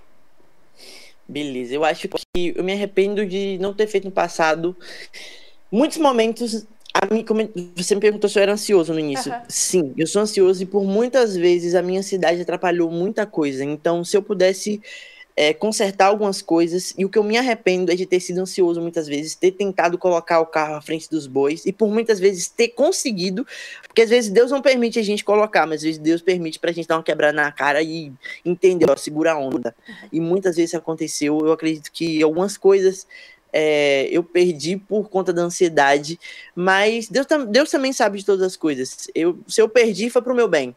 Beleza, eu acho que eu me arrependo de não ter feito no passado muitos momentos A mim, como você me perguntou se eu era ansioso no início. Uhum. Sim, eu sou ansioso e por muitas vezes a minha ansiedade atrapalhou muita coisa. Então, se eu pudesse é, consertar algumas coisas, e o que eu me arrependo é de ter sido ansioso muitas vezes, ter tentado colocar o carro à frente dos bois, e por muitas vezes ter conseguido, porque às vezes Deus não permite a gente colocar, mas às vezes Deus permite pra gente dar uma quebrada na cara e entender, ó, segura a onda. Uhum. E muitas vezes aconteceu. Eu acredito que algumas coisas É, eu perdi por conta da ansiedade, mas Deus, Deus também sabe de todas as coisas. Eu, se eu perdi, foi pro meu bem.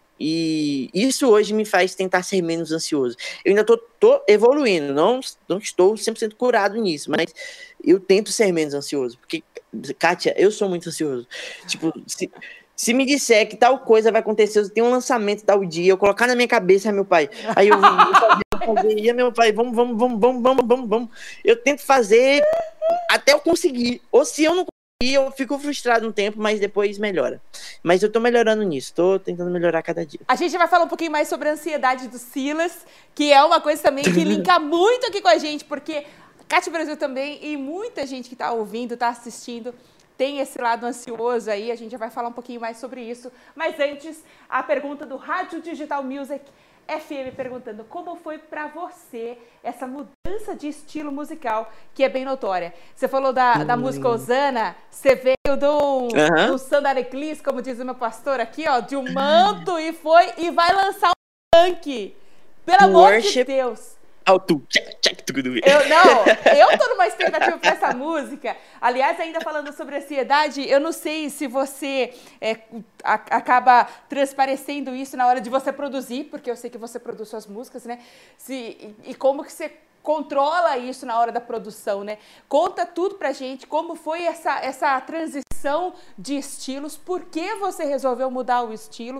E isso hoje me faz tentar ser menos ansioso. Eu ainda tô, tô evoluindo, não, não estou cem por cento curado nisso, mas eu tento ser menos ansioso. Porque, Kátia, eu sou muito ansioso. Tipo, se, se me disser que tal coisa vai acontecer, eu tenho um lançamento tal dia, eu colocar na minha cabeça, meu pai, aí eu vou fazer, fazer, e meu pai, vamos, vamos, vamos, vamos, vamos, vamos, vamos. Eu tento fazer até eu conseguir. Ou se eu não conseguir, eu fico frustrado um tempo, mas depois melhora. Mas eu tô melhorando nisso, tô tentando melhorar cada dia. A gente vai falar um pouquinho mais sobre a ansiedade do Silas, que é uma coisa também que linka muito aqui com a gente, porque Kátia Brasil também, e muita gente que tá ouvindo, tá assistindo, tem esse lado ansioso aí, a gente já vai falar um pouquinho mais sobre isso. Mas antes, a pergunta do Rádio Digital Music F M perguntando como foi para você essa mudança de estilo musical, que é bem notória. Você falou da, hum. da música Osana, você veio do, uhum. do Sandareclis, como diz o meu pastor aqui, ó, de um manto e foi e vai lançar um funk. Pelo amor Worship. de Deus. Auto, check, check, tudo. Eu, não, eu tô numa expectativa pra essa música. Aliás, ainda falando sobre ansiedade, eu não sei se você é, a, acaba transparecendo isso na hora de você produzir, porque eu sei que você produz suas músicas, né? Se, e, e como que você controla isso na hora da produção, né? Conta tudo pra gente, como foi essa, essa transição de estilos, por que você resolveu mudar o estilo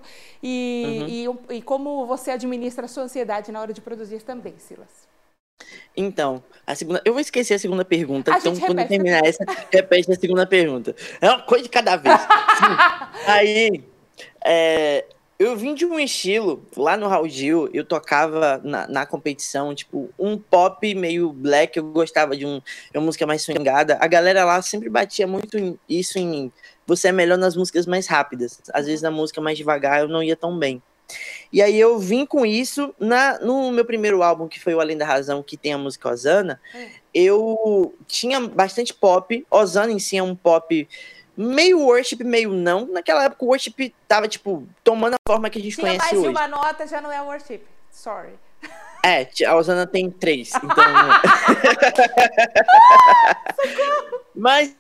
e, uhum. e, e como você administra a sua ansiedade na hora de produzir também, Silas. Então, a segunda, eu vou esquecer a segunda pergunta, a então quando eu terminar essa, repete a segunda pergunta. É uma coisa de cada vez. Aí, é, eu vim de um estilo, lá no Raul Gil, eu tocava na, na competição, tipo, um pop meio black, eu gostava de um, uma música mais swingada. A galera lá sempre batia muito em, isso em mim. Você é melhor nas músicas mais rápidas. Às vezes na música mais devagar eu não ia tão bem. E aí eu vim com isso na, no meu primeiro álbum, que foi o Além da Razão, que tem a música Osana. Hum. Eu tinha bastante pop. Osana em si é um pop meio worship, meio não. Naquela época o worship tava, tipo, tomando a forma que a gente tinha conhece hoje. hoje. Mais de uma nota já não é worship. Sorry. É, a Osana tem três. Então... Mas...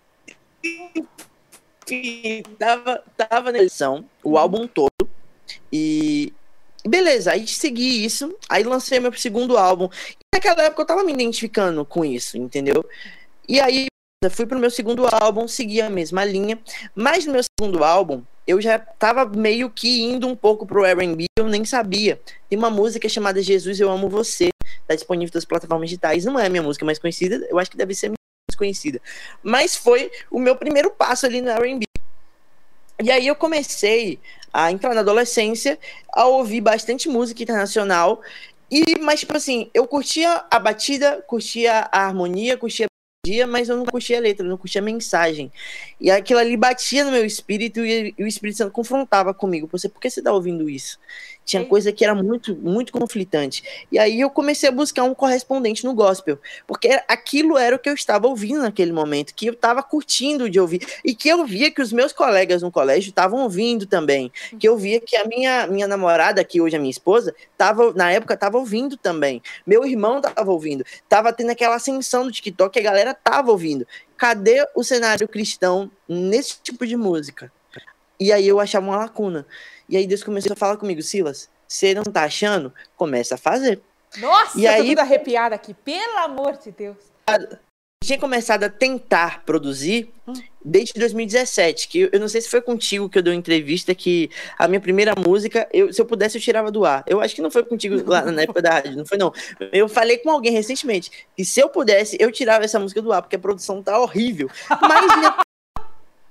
enfim, tava, tava na edição, o álbum todo. E... beleza, aí segui isso. Aí lancei meu segundo álbum. E naquela época eu tava me identificando com isso, entendeu? E aí... eu fui pro meu segundo álbum, segui a mesma linha, mas no meu segundo álbum, eu já tava meio que indo um pouco pro R and B, eu nem sabia. Tem uma música chamada Jesus, Eu Amo Você, tá disponível nas plataformas digitais, não é a minha música mais conhecida, eu acho que deve ser a minha mais conhecida, mas foi o meu primeiro passo ali no R and B. E aí eu comecei a entrar na adolescência, a ouvir bastante música internacional, e, mas tipo assim, eu curtia a batida, curtia a harmonia, curtia dia, mas eu não curtia a letra, eu não curtia a mensagem. E aquilo ali batia no meu espírito e, e o Espírito Santo confrontava comigo. Você, por que você tá ouvindo isso? Tinha coisa que era muito, muito conflitante. E aí eu comecei a buscar um correspondente no gospel, porque aquilo era o que eu estava ouvindo naquele momento, que eu estava curtindo de ouvir, e que eu via que os meus colegas no colégio estavam ouvindo também, que eu via que a minha, minha namorada, que hoje é minha esposa, tava, na época estava ouvindo também, meu irmão estava ouvindo, estava tendo aquela ascensão do TikTok que a galera estava ouvindo. Cadê o cenário cristão nesse tipo de música? E aí eu achava uma lacuna. E aí Deus começou a falar comigo, Silas, você não tá achando? Começa a fazer. Nossa, e eu tô aí, tudo arrepiada aqui, pelo amor de Deus. Eu tinha começado a tentar produzir hum. desde dois mil e dezessete, que eu, eu não sei se foi contigo que eu dei uma entrevista, que a minha primeira música, eu, se eu pudesse eu tirava do ar. Eu acho que não foi contigo lá na época da rádio, não foi não. Eu falei com alguém recentemente, que se eu pudesse, eu tirava essa música do ar, porque a produção tá horrível. Mas...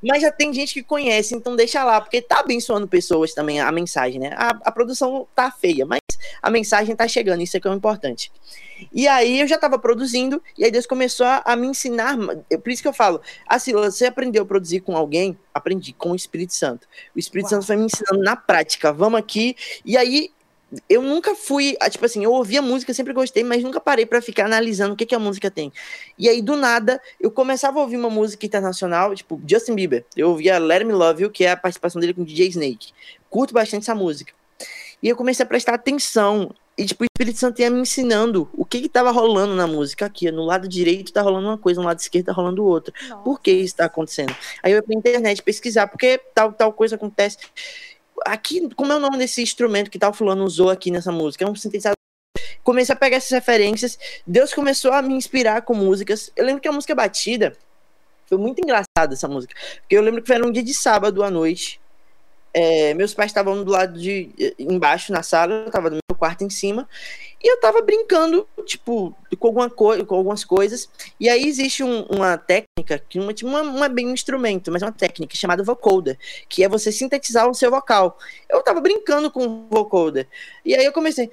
Mas já tem gente que conhece, então deixa lá, porque tá abençoando pessoas também, a mensagem, né? A, a produção tá feia, mas a mensagem tá chegando, isso é que é o importante. E aí eu já tava produzindo, e aí Deus começou a, a me ensinar, por isso que eu falo, assim, você aprendeu a produzir com alguém? Aprendi, com o Espírito Santo. O Espírito Uau. Santo foi me ensinando na prática, vamos aqui, e aí eu nunca fui, tipo assim, eu ouvia música, sempre gostei, mas nunca parei pra ficar analisando o que, que a música tem. E aí, do nada, eu começava a ouvir uma música internacional, tipo, Justin Bieber. Eu ouvia Let Me Love You, que é a participação dele com o D J Snake. Curto bastante essa música. E eu comecei a prestar atenção. E, tipo, o Espírito Santo ia me ensinando o que que tava rolando na música aqui. No lado direito tá rolando uma coisa, no lado esquerdo tá rolando outra. Nossa. Por que isso tá acontecendo? Aí eu ia pra internet pesquisar, porque tal, tal coisa acontece. Aqui, como é o nome desse instrumento que tal fulano usou aqui nessa música? É um sintetizador. Comecei a pegar essas referências. Deus começou a me inspirar com músicas. Eu lembro que a música Batida foi muito engraçada, essa música. Porque eu lembro que era um dia de sábado à noite. É, meus pais estavam do lado de embaixo na sala, eu tava no meu quarto em cima, e eu tava brincando, tipo, com, alguma co com algumas coisas. E aí existe um, uma técnica, que uma, uma, não é bem um instrumento, mas é uma técnica chamada vocoder, que é você sintetizar o seu vocal. Eu tava brincando com o vocoder. E aí eu comecei.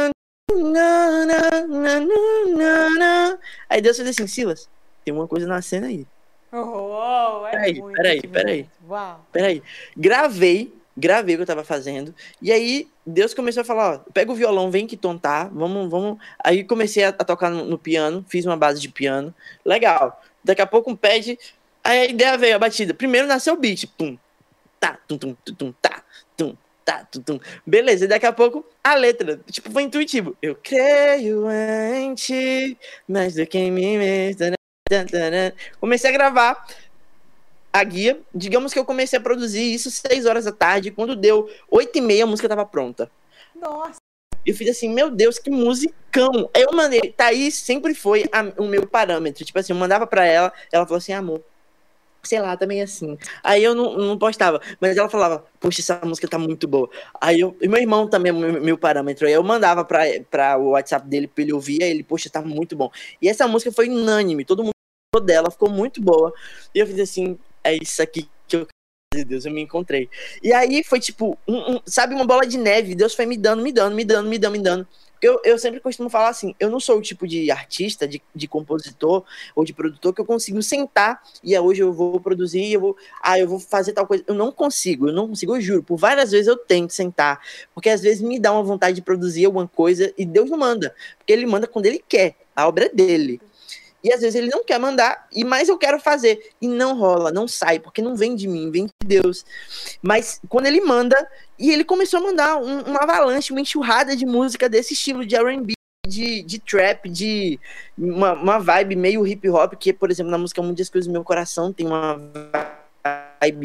Aí Deus fez assim, Silas, tem uma coisa na cena aí. Oh, é peraí, muito peraí, peraí, Uau. peraí. Gravei, gravei o que eu tava fazendo. E aí, Deus começou a falar, ó, pega o violão, vem que tontar, vamos, vamos. Aí comecei a, a tocar no, no piano, fiz uma base de piano. Legal. Daqui a pouco um pad, aí a ideia veio, a batida. Primeiro nasceu o beat, pum, tá, tum, tum, tum, tum, tá, tum, tá, tum, tum. Beleza, e daqui a pouco a letra, tipo, foi intuitivo. Eu creio em ti, mais do que em mim mesmo. Comecei a gravar a guia. Digamos que eu comecei a produzir isso seis horas da tarde. Quando deu oito e meia, a música tava pronta. Nossa. Eu fiz assim, meu Deus, que musicão. Aí eu mandei, Thaís sempre foi a, o meu parâmetro. Tipo assim, eu mandava pra ela, ela falou assim, amor, sei lá, também assim. Aí eu não, não postava, mas ela falava, poxa, essa música tá muito boa. Aí eu, e meu irmão também é meu, meu parâmetro. Aí eu mandava pra, pra o WhatsApp dele pra ele ouvir, aí ele, poxa, tá muito bom. E essa música foi unânime, todo mundo dela, ficou muito boa. E eu fiz assim, é isso aqui que eu quero, Deus, eu me encontrei. E aí foi tipo, um, um, sabe, uma bola de neve. Deus foi me dando, me dando, me dando, me dando, me dando. Eu, eu sempre costumo falar assim, eu não sou o tipo de artista, de, de compositor ou de produtor que eu consigo sentar e hoje eu vou produzir, eu vou, ah, eu vou fazer tal coisa. Eu não consigo, eu não consigo, eu juro. Por várias vezes eu tento sentar, porque às vezes me dá uma vontade de produzir alguma coisa e Deus não manda, porque ele manda quando ele quer, a obra é dele. E às vezes ele não quer mandar, e mais eu quero fazer. E não rola, não sai, porque não vem de mim, vem de Deus. Mas quando ele manda, e ele começou a mandar um, uma avalanche, uma enxurrada de música desse estilo de R and B, de, de trap, de uma, uma vibe meio hip hop, que, por exemplo, na música Muitas Coisas do Meu Coração tem uma vibe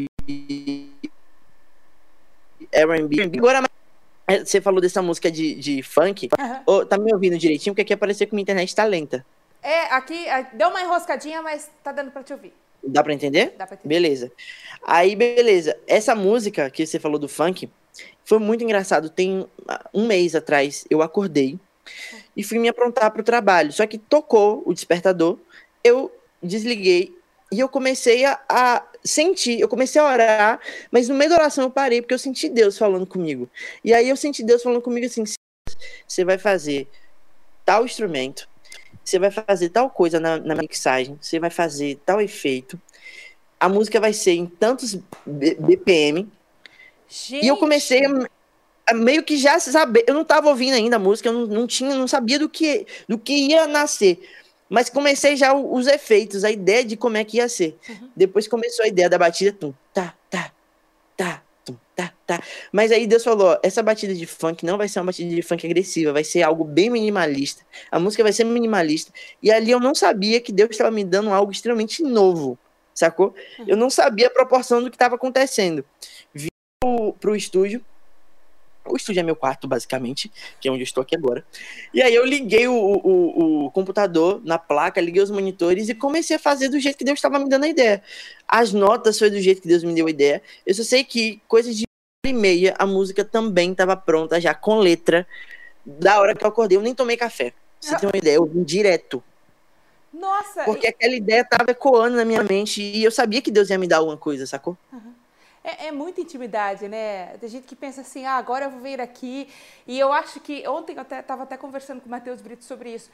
R and B. Agora, você falou dessa música de, de funk. Uhum. Oh, tá me ouvindo direitinho? Porque aqui apareceu que minha internet tá lenta. É, aqui deu uma enroscadinha, mas tá dando pra te ouvir. Dá pra entender? Dá pra entender. Beleza. Aí, beleza. Essa música que você falou do funk foi muito engraçado. Tem um mês atrás, eu acordei e fui me aprontar pro trabalho. Só que tocou o despertador, eu desliguei e eu comecei a, a sentir, eu comecei a orar, mas no meio da oração eu parei, porque eu senti Deus falando comigo. E aí eu senti Deus falando comigo assim, você vai fazer tal instrumento, você vai fazer tal coisa na, na mixagem, você vai fazer tal efeito, a música vai ser em tantos B P M. Gente. E eu comecei a, a meio que já saber, eu não estava ouvindo ainda a música, eu não, não tinha, não sabia do que, do que ia nascer, mas comecei já os efeitos, a ideia de como é que ia ser. Uhum. Depois começou a ideia da batida, tum, tá, tá, tá, tum, tá, tá. Mas aí Deus falou, ó, essa batida de funk não vai ser uma batida de funk agressiva, vai ser algo bem minimalista. A música vai ser minimalista. E ali eu não sabia que Deus estava me dando algo extremamente novo, sacou? Uhum. Eu não sabia a proporção do que estava acontecendo. Vim pro, pro estúdio. O estúdio é meu quarto, basicamente, que é onde eu estou aqui agora. E aí eu liguei o, o, o computador na placa, liguei os monitores e comecei a fazer do jeito que Deus estava me dando a ideia. As notas foi do jeito que Deus me deu a ideia. Eu só sei que, coisa de uma hora e meia, a música também estava pronta, já com letra. Da hora que eu acordei, eu nem tomei café. Pra você ter uma ideia, eu vim direto. Nossa! Porque e... aquela ideia tava ecoando na minha mente e eu sabia que Deus ia me dar alguma coisa, sacou? Uhum. É, é muita intimidade, né? Tem gente que pensa assim, ah, agora eu vou vir aqui. E eu acho que, ontem eu até, tava até conversando com o Matheus Brito sobre isso,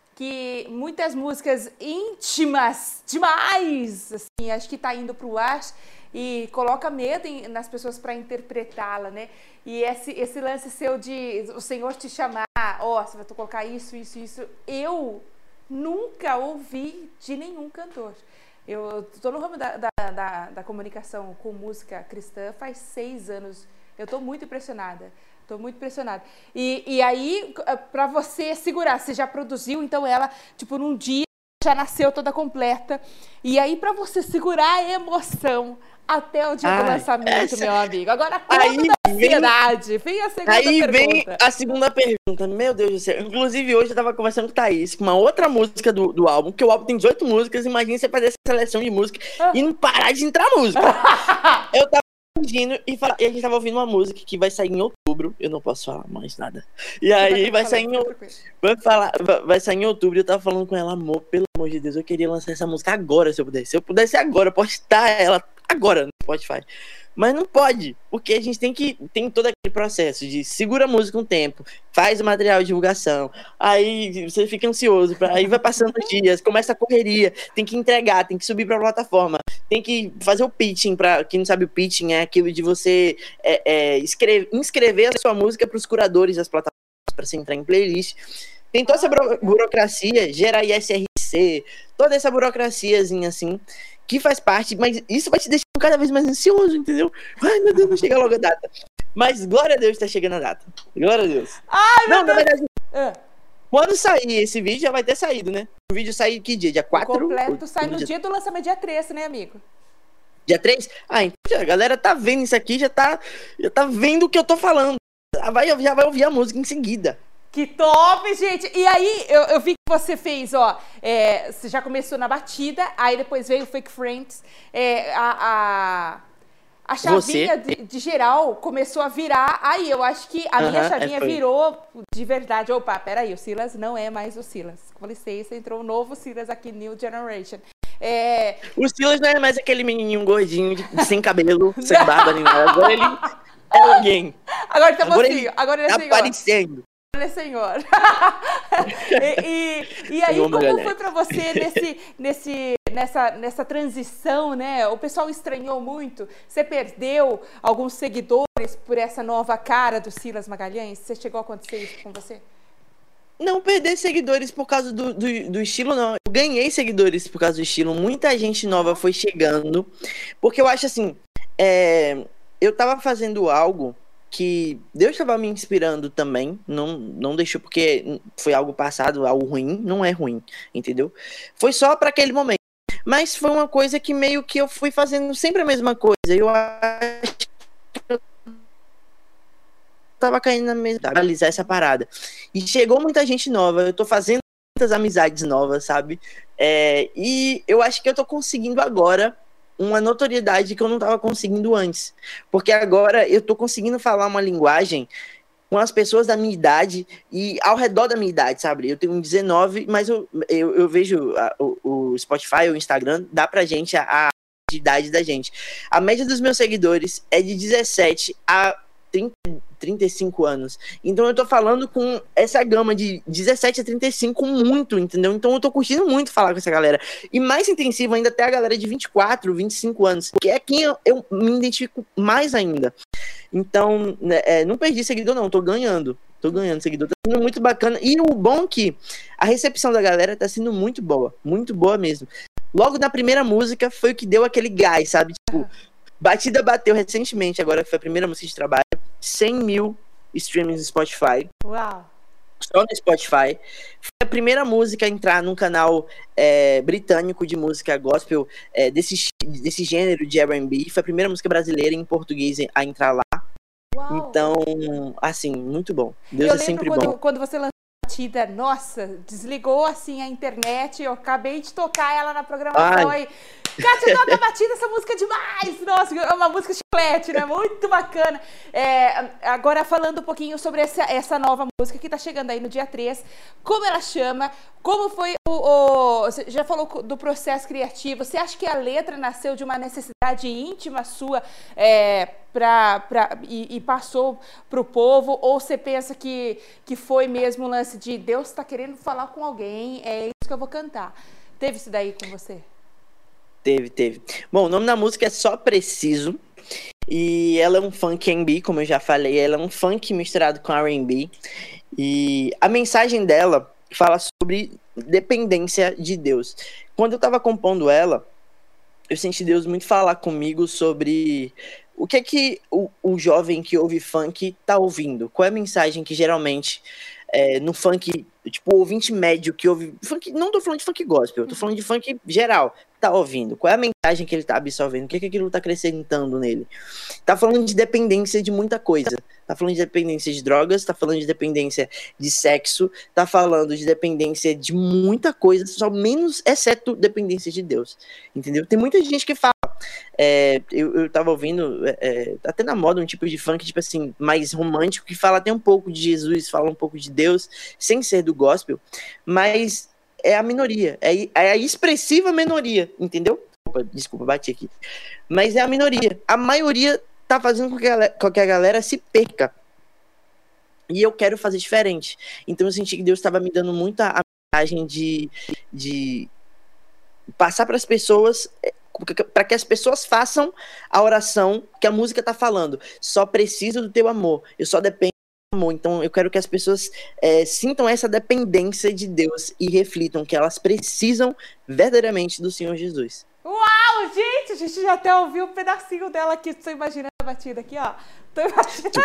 que muitas músicas íntimas demais, assim, acho que tá indo pro ar e coloca medo em, nas pessoas para interpretá-la, né? E esse, esse lance seu de o Senhor te chamar, ó, oh, você vai colocar isso, isso, isso, eu nunca ouvi de nenhum cantor. Eu estou no ramo da, da, da, da comunicação com música cristã faz seis anos. Eu estou muito impressionada. Estou muito impressionada. E, e aí, para você segurar, você já produziu, então ela, tipo, num dia já nasceu toda completa. E aí, para você segurar a emoção até o dia Ai, do lançamento, essa... meu amigo. Agora, conta da ansiedade. Vem a segunda aí pergunta. Aí vem a segunda pergunta. Meu Deus do céu. Inclusive, hoje eu tava conversando com o Thaís, com uma outra música do, do álbum, porque o álbum tem dezoito músicas. Imagina você fazer essa seleção de música ah. e não parar de entrar música. Eu tava ouvindo e, fala... e a gente tava ouvindo uma música que vai sair em outubro. Eu não posso falar mais nada. E aí vai sair em outubro. Vai, falar... vai sair em outubro. E eu tava falando com ela, amor, pelo amor de Deus, eu queria lançar essa música agora, se eu pudesse. Se eu pudesse agora, postar ela agora no Spotify. Mas não pode, porque a gente tem que tem todo aquele processo de segura a música um tempo, faz o material de divulgação, aí você fica ansioso, pra, aí vai passando os dias, começa a correria, tem que entregar, tem que subir para a plataforma, tem que fazer o pitching. Para quem não sabe, o pitching é aquilo de você é, é, escrever, inscrever a sua música para os curadores das plataformas para você entrar em playlist. Tem toda essa buro- burocracia, gerar I S R C, toda essa burocraciazinha assim, que faz parte, mas isso vai te deixar cada vez mais ansioso, entendeu? Ai, meu Deus, não chega logo a data. Mas glória a Deus, tá chegando a data. Glória a Deus. Ai, não, meu na Deus. verdade, ah. quando sair esse vídeo, já vai ter saído, né? O vídeo sai que dia? Dia quatro? O completo sai no dia... dia do lançamento, dia três, né, amigo? Dia três? Ah, então a galera tá vendo isso aqui, já tá, já tá vendo o que eu tô falando. Já vai, já vai ouvir a música em seguida. Que top, gente! E aí, eu, eu vi que você fez, ó, é, você já começou na batida, aí depois veio o Fake Friends, é, a, a, a chavinha de, de geral começou a virar, aí eu acho que a uh-huh, minha chavinha é, virou de verdade. Opa, peraí, o Silas não é mais o Silas. Com licença, entrou um novo Silas aqui, New Generation. É... O Silas não é mais aquele menininho gordinho, de, sem cabelo, sem barba, nem nada. Agora ele é alguém. Agora tá agora mocinho, agora ele é tá senhor. aparecendo. Ele é senhor. e, e, e aí, como foi pra você nesse, nesse, nessa, nessa transição, né? O pessoal estranhou muito? Você perdeu alguns seguidores por essa nova cara do Silas Magalhães? Você chegou a acontecer isso com você? Não perder seguidores por causa do, do, do estilo, não. Eu ganhei seguidores por causa do estilo. Muita gente nova foi chegando. Porque eu acho assim, é, eu tava fazendo algo que Deus estava me inspirando também, não, não deixou, porque foi algo passado, algo ruim, não é ruim, entendeu? Foi só para aquele momento. Mas foi uma coisa que meio que eu fui fazendo sempre a mesma coisa. Eu acho que eu tava caindo na mesma, analisar essa parada. E chegou muita gente nova, eu tô fazendo muitas amizades novas, sabe? É, e eu acho que eu tô conseguindo agora uma notoriedade que eu não estava conseguindo antes. Porque agora eu estou conseguindo falar uma linguagem com as pessoas da minha idade e ao redor da minha idade, sabe? Eu tenho dezenove, mas eu, eu, eu vejo a, o, o Spotify, o Instagram, dá pra gente a, a idade da gente. A média dos meus seguidores é de dezessete a trinta, trinta e cinco anos. Então eu tô falando com essa gama de dezessete a trinta e cinco muito, entendeu? Então eu tô curtindo muito falar com essa galera. E mais intensivo ainda até a galera de vinte e quatro, vinte e cinco anos, que é quem eu, eu me identifico mais ainda. Então, é, não perdi seguidor não, tô ganhando. Tô ganhando seguidor, tá sendo muito bacana. E o bom é que a recepção da galera tá sendo muito boa, muito boa mesmo. Logo na primeira música foi o que deu aquele gás, sabe? Tipo, Batida bateu recentemente, agora que foi a primeira música de trabalho, cem mil streamings no Spotify. Uau! Só no Spotify. Foi a primeira música a entrar num canal é, britânico de música gospel é, desse, desse gênero de R and B. Foi a primeira música brasileira em português a entrar lá. Uau. Então, assim, muito bom. Deus eu é sempre quando, bom. Quando você lançou a Batida, nossa, desligou assim a internet, eu acabei de tocar ela na programação. Aí, Kátia, toca a batida, essa música é demais! Nossa, é uma música chiclete, né? Muito bacana. É, agora, falando um pouquinho sobre essa, essa nova música que tá chegando aí no dia três, como ela chama, como foi o, o... Você já falou do processo criativo, você acha que a letra nasceu de uma necessidade íntima sua é, pra, pra, e, e passou pro povo, ou você pensa que, que foi mesmo um lance de Deus tá querendo falar com alguém, é isso que eu vou cantar? Teve isso daí com você? Teve, teve. Bom, o nome da música é Só Preciso. E ela é um funk R and B, como eu já falei. Ela é um funk misturado com R and B. E a mensagem dela fala sobre dependência de Deus. Quando eu tava compondo ela, eu senti Deus muito falar comigo sobre o que é que o, o jovem que ouve funk tá ouvindo. Qual é a mensagem que geralmente é, no funk, tipo, o ouvinte médio que ouve funk, não tô falando de funk gospel, eu tô falando de funk geral, tá ouvindo? Qual é a mensagem que ele tá absorvendo? O que é que aquilo tá acrescentando nele? Tá falando de dependência de muita coisa. Tá falando de dependência de drogas, tá falando de dependência de sexo, tá falando de dependência de muita coisa, só menos, exceto dependência de Deus. Entendeu? Tem muita gente que fala. É, eu, eu tava ouvindo, é, até na moda, um tipo de funk, tipo assim, mais romântico, que fala até um pouco de Jesus, fala um pouco de Deus, sem ser do gospel, mas é a minoria, é, é a expressiva minoria, entendeu? Opa, desculpa, bati aqui. Mas é a minoria. A maioria tá fazendo com que a galera, com que a galera se perca. E eu quero fazer diferente. Então eu senti que Deus estava me dando muita a mensagem de, de passar para as pessoas, para que as pessoas façam a oração que a música tá falando. Só preciso do teu amor. Eu só dependo do amor. Então eu quero que as pessoas é, sintam essa dependência de Deus e reflitam que elas precisam verdadeiramente do Senhor Jesus. Uau, gente, a gente já até ouviu um pedacinho dela aqui. Tô imaginando a batida aqui, ó. Tô imaginando.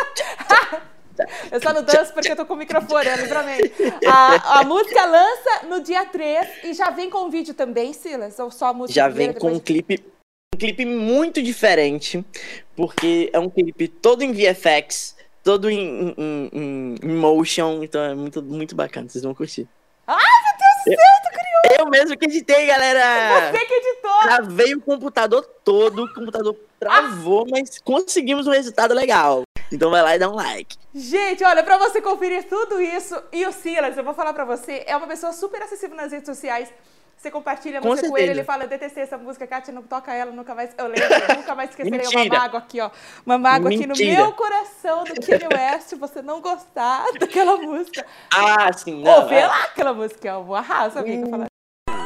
Eu só não danço porque eu tô com o microfone, é livramento. A, a música lança no dia três e já vem com vídeo também, Silas? Ou só a música? Já vem com um clipe, um clipe muito diferente, porque é um clipe todo em V F X, todo em, em, em, em motion, então é muito, muito bacana, vocês vão curtir. Ai, meu Deus do céu, tô curioso! Eu mesmo que editei, galera! Você que editou! Travei o computador todo, o computador travou, ah. mas conseguimos um resultado legal. Então vai lá e dá um like. Gente, olha, pra você conferir tudo isso, e o Silas, eu vou falar pra você, é uma pessoa super acessível nas redes sociais. Você compartilha a música com, com ele, ele fala, eu detestei essa música, Kátia, não toca ela, nunca mais, eu lembro, eu nunca mais esquecerei. Mentira. Uma mágoa aqui, ó, uma mágoa Mentira. Aqui no meu coração do Kanye West, você não gostar daquela música. Ah, sim, não. Ô, vê é. lá aquela música, eu arraso, alguém hum. que eu falar.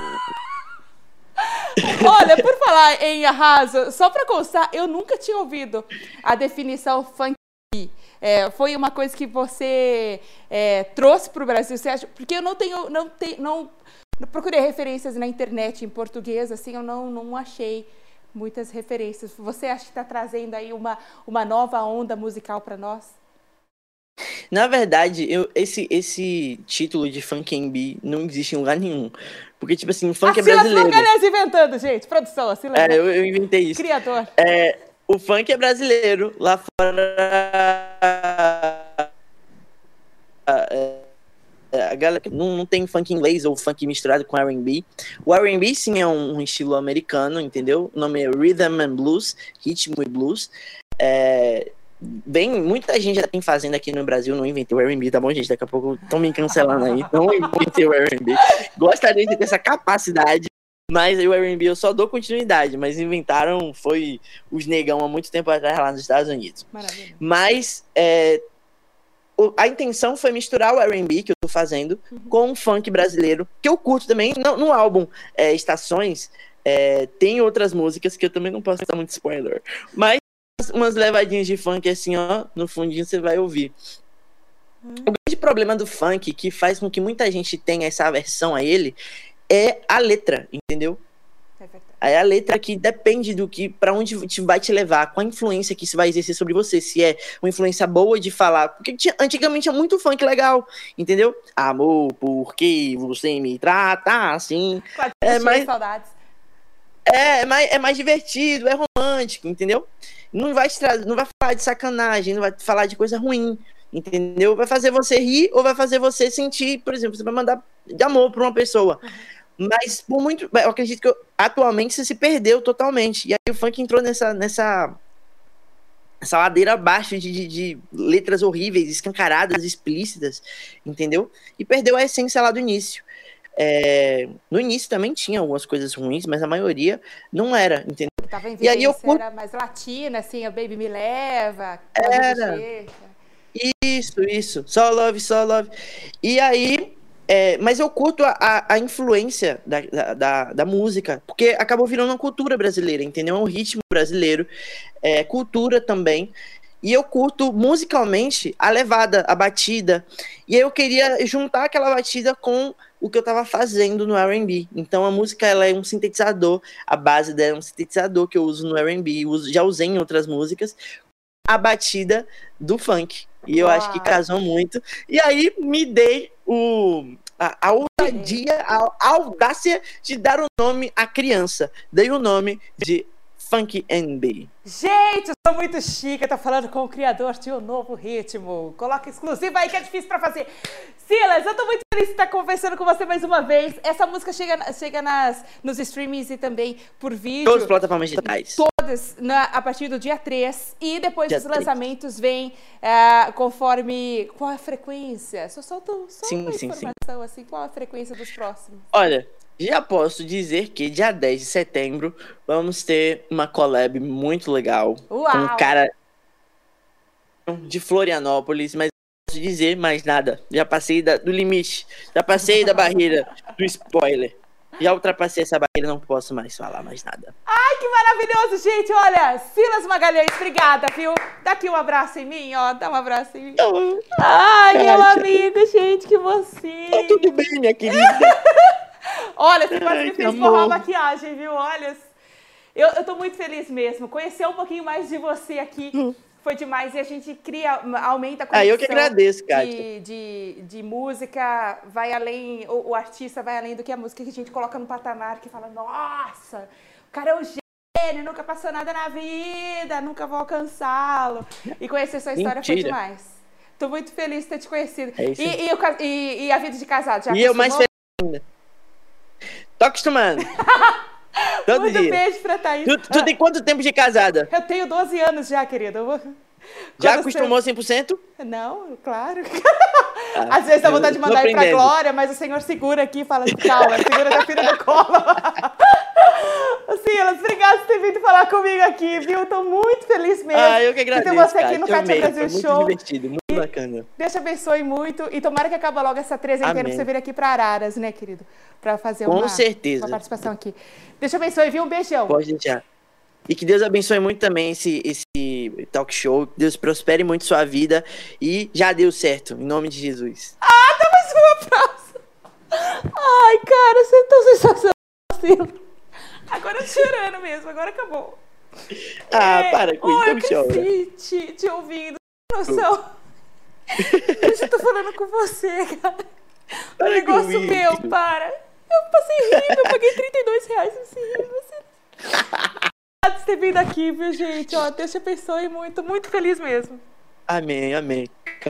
Olha, por falar em arraso, só pra constar, eu nunca tinha ouvido a definição funk. É, foi uma coisa que você é, trouxe para o Brasil, você acha? Porque eu não tenho, não tenho, não, não procurei referências na internet em português, assim, eu não, não achei muitas referências. Você acha que está trazendo aí uma, uma nova onda musical para nós? Na verdade, eu, esse, esse título de funk R and B não existe em lugar nenhum. Porque, tipo assim, o funk a é brasileiro. A Silas inventando, gente. Produção, a Silas. É, eu, eu inventei isso. Criador. É, o funk é brasileiro. Lá fora... É, a galera não, não tem funk inglês ou funk misturado com R and B. O R and B, sim, é um, um estilo americano, entendeu? O nome é Rhythm and Blues, ritmo e blues. É... Bem, muita gente já tem fazendo aqui no Brasil, não inventei o R and B, tá bom, gente? Daqui a pouco estão me cancelando aí, não inventei o R and B. Gostaria de ter essa capacidade, mas o R and B eu só dou continuidade, mas inventaram, foi os negão há muito tempo atrás lá nos Estados Unidos. Maravilha. Mas é, a intenção foi misturar o R and B que eu tô fazendo uhum. com o funk brasileiro, que eu curto também. No, no álbum é, Estações, é, tem outras músicas que eu também não posso dar muito spoiler, mas umas levadinhas de funk assim, ó, no fundinho você vai ouvir. Hum. O grande problema do funk, que faz com que muita gente tenha essa aversão a ele, é a letra, entendeu? É verdade. É a letra que depende do que, pra onde vai te levar, qual a influência que isso vai exercer sobre você, se é uma influência boa de falar, porque tinha, antigamente tinha muito funk legal, entendeu? Amor, porque você me trata assim. É mais saudades. É, é mais, é mais divertido, é romântico, entendeu? Não vai, não vai falar de sacanagem, não vai falar de coisa ruim, entendeu? Vai fazer você rir ou vai fazer você sentir, por exemplo, você vai mandar de amor para uma pessoa. Uhum. Mas por muito. Eu acredito que eu, atualmente isso se perdeu totalmente. E aí o funk entrou nessa. nessa essa ladeira abaixo de, de, de letras horríveis, escancaradas, explícitas, entendeu? E perdeu a essência lá do início. É, no início também tinha algumas coisas ruins, mas a maioria não era, entendeu? Tava em e aí eu era mais latina, assim, a Baby Me Leva, era isso, isso, só love, só love. E aí, é, mas eu curto a, a, a influência da, da, da música, porque acabou virando uma cultura brasileira, entendeu? É um ritmo brasileiro, é, cultura também. E eu curto musicalmente a levada, a batida. E eu queria juntar aquela batida com o que eu estava fazendo no R and B. Então a música ela é um sintetizador, a base dela é um sintetizador que eu uso no R and B, uso, já usei em outras músicas, a batida do funk. E eu Uau. acho que casou muito. E aí me dei o, a, a ousadia, a, a audácia de dar o nome à criança. Dei o nome de Funk N B. Gente, eu sou muito chique, eu tô falando com o criador de um novo ritmo. Coloca exclusivo aí que é difícil pra fazer. Silas, eu tô muito feliz de estar conversando com você mais uma vez. Essa música chega, chega nas, nos streamings e também por vídeo. Todas as plataformas digitais. Todas, na, a partir do dia três. E depois dia os três. Lançamentos vêm uh, conforme... Qual a frequência? Só solto só sim, uma sim, informação sim. assim. Qual a frequência dos próximos? Olha... Já posso dizer que dia dez de setembro vamos ter uma collab muito legal. Uau. Com um cara de Florianópolis, mas não posso dizer mais nada. Já passei da, do limite, já passei da barreira do spoiler. Já ultrapassei essa barreira, não posso mais falar mais nada. Ai, que maravilhoso, gente. Olha, Silas Magalhães, obrigada, viu? Dá aqui um abraço em mim, ó. Dá um abraço em mim. Oh, Ai, meu ai, amigo, gente, que você. Tá tudo bem, minha querida. Olha, você quase me fez borrar a maquiagem, viu? Olha, eu, eu tô muito feliz mesmo. Conhecer um pouquinho mais de você aqui hum. foi demais. E a gente cria, aumenta a conexão. Ah, eu que agradeço, Kátia. De, de, de música, vai além, o, o artista vai além do que a música que a gente coloca no patamar, que fala, nossa, o cara é um gênio, nunca passou nada na vida, nunca vou alcançá-lo. E conhecer sua história Mentira. foi demais. Tô muito feliz de ter te conhecido. É isso. E, e, e, e a vida de casado, já E eu mais feliz ainda. Tô acostumando. Todo Muito dia. beijo pra Thaís. Tu, tu tem quanto tempo de casada? Eu tenho doze anos já, querida. Eu vou... Já acostumou você... cem por cento? Não, claro. Ah, Às vezes dá vontade de mandar ir pra Glória, mas o senhor segura aqui e fala assim, calma, segura da filha do colo. Silas, obrigada por ter vindo falar comigo aqui, viu? Tô muito feliz mesmo. Ah, eu que agradeço, de ter você aqui cara, no Kátia Brasil Foi Show. Muito divertido, muito e bacana. Deus te abençoe muito e tomara que acabe logo essa trezenteira pra você vir aqui pra Araras, né, querido? Pra fazer Com uma, certeza. uma participação aqui. Deus te abençoe, viu? Um beijão. Pode deixar. E que Deus abençoe muito também esse, esse talk show. Que Deus prospere muito sua vida. E já deu certo, em nome de Jesus. Ah, tá mais uma próxima. Ai, cara, você é tão sensacional. Agora eu tô chorando mesmo, agora acabou. Ah, é, para com isso, oh, eu cresci te, te ouvindo. Noção. Eu já tô falando com você, cara. Para um negócio comigo. meu, para. Eu passei rindo, eu paguei trinta e dois reais nesse rio. Você... Obrigada por ter vindo aqui, viu, gente? Ó, Deus te abençoe muito, muito feliz mesmo. Amém, amém.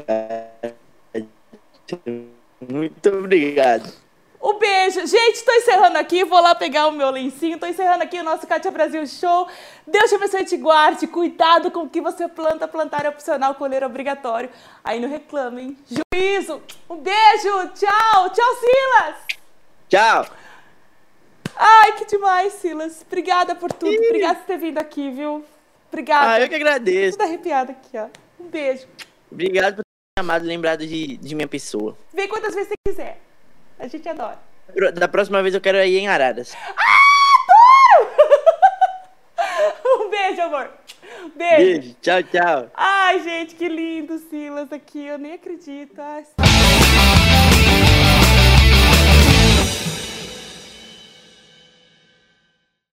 Muito obrigado. Um beijo. Gente, tô encerrando aqui, vou lá pegar o meu lencinho. Tô encerrando aqui o nosso Kátia Brasil Show. Deus te abençoe e te guarde. Cuidado com o que você planta. Plantar é opcional, colher é obrigatório. Aí não reclamem. Juízo. Um beijo. Tchau. Tchau, Silas. Tchau. Ai, que demais, Silas. Obrigada por tudo. Obrigada por ter vindo aqui, viu? Obrigada. Ah, eu que agradeço. Tô arrepiada aqui, ó. Um beijo. Obrigado por ter amado e lembrado de, de minha pessoa. Vem quantas vezes você quiser. A gente adora. Da próxima vez eu quero ir em Araras. Ah, adoro! Um beijo, amor. Beijo. Beijo. Tchau, tchau. Ai, gente, que lindo, Silas, aqui. Eu nem acredito. Ai,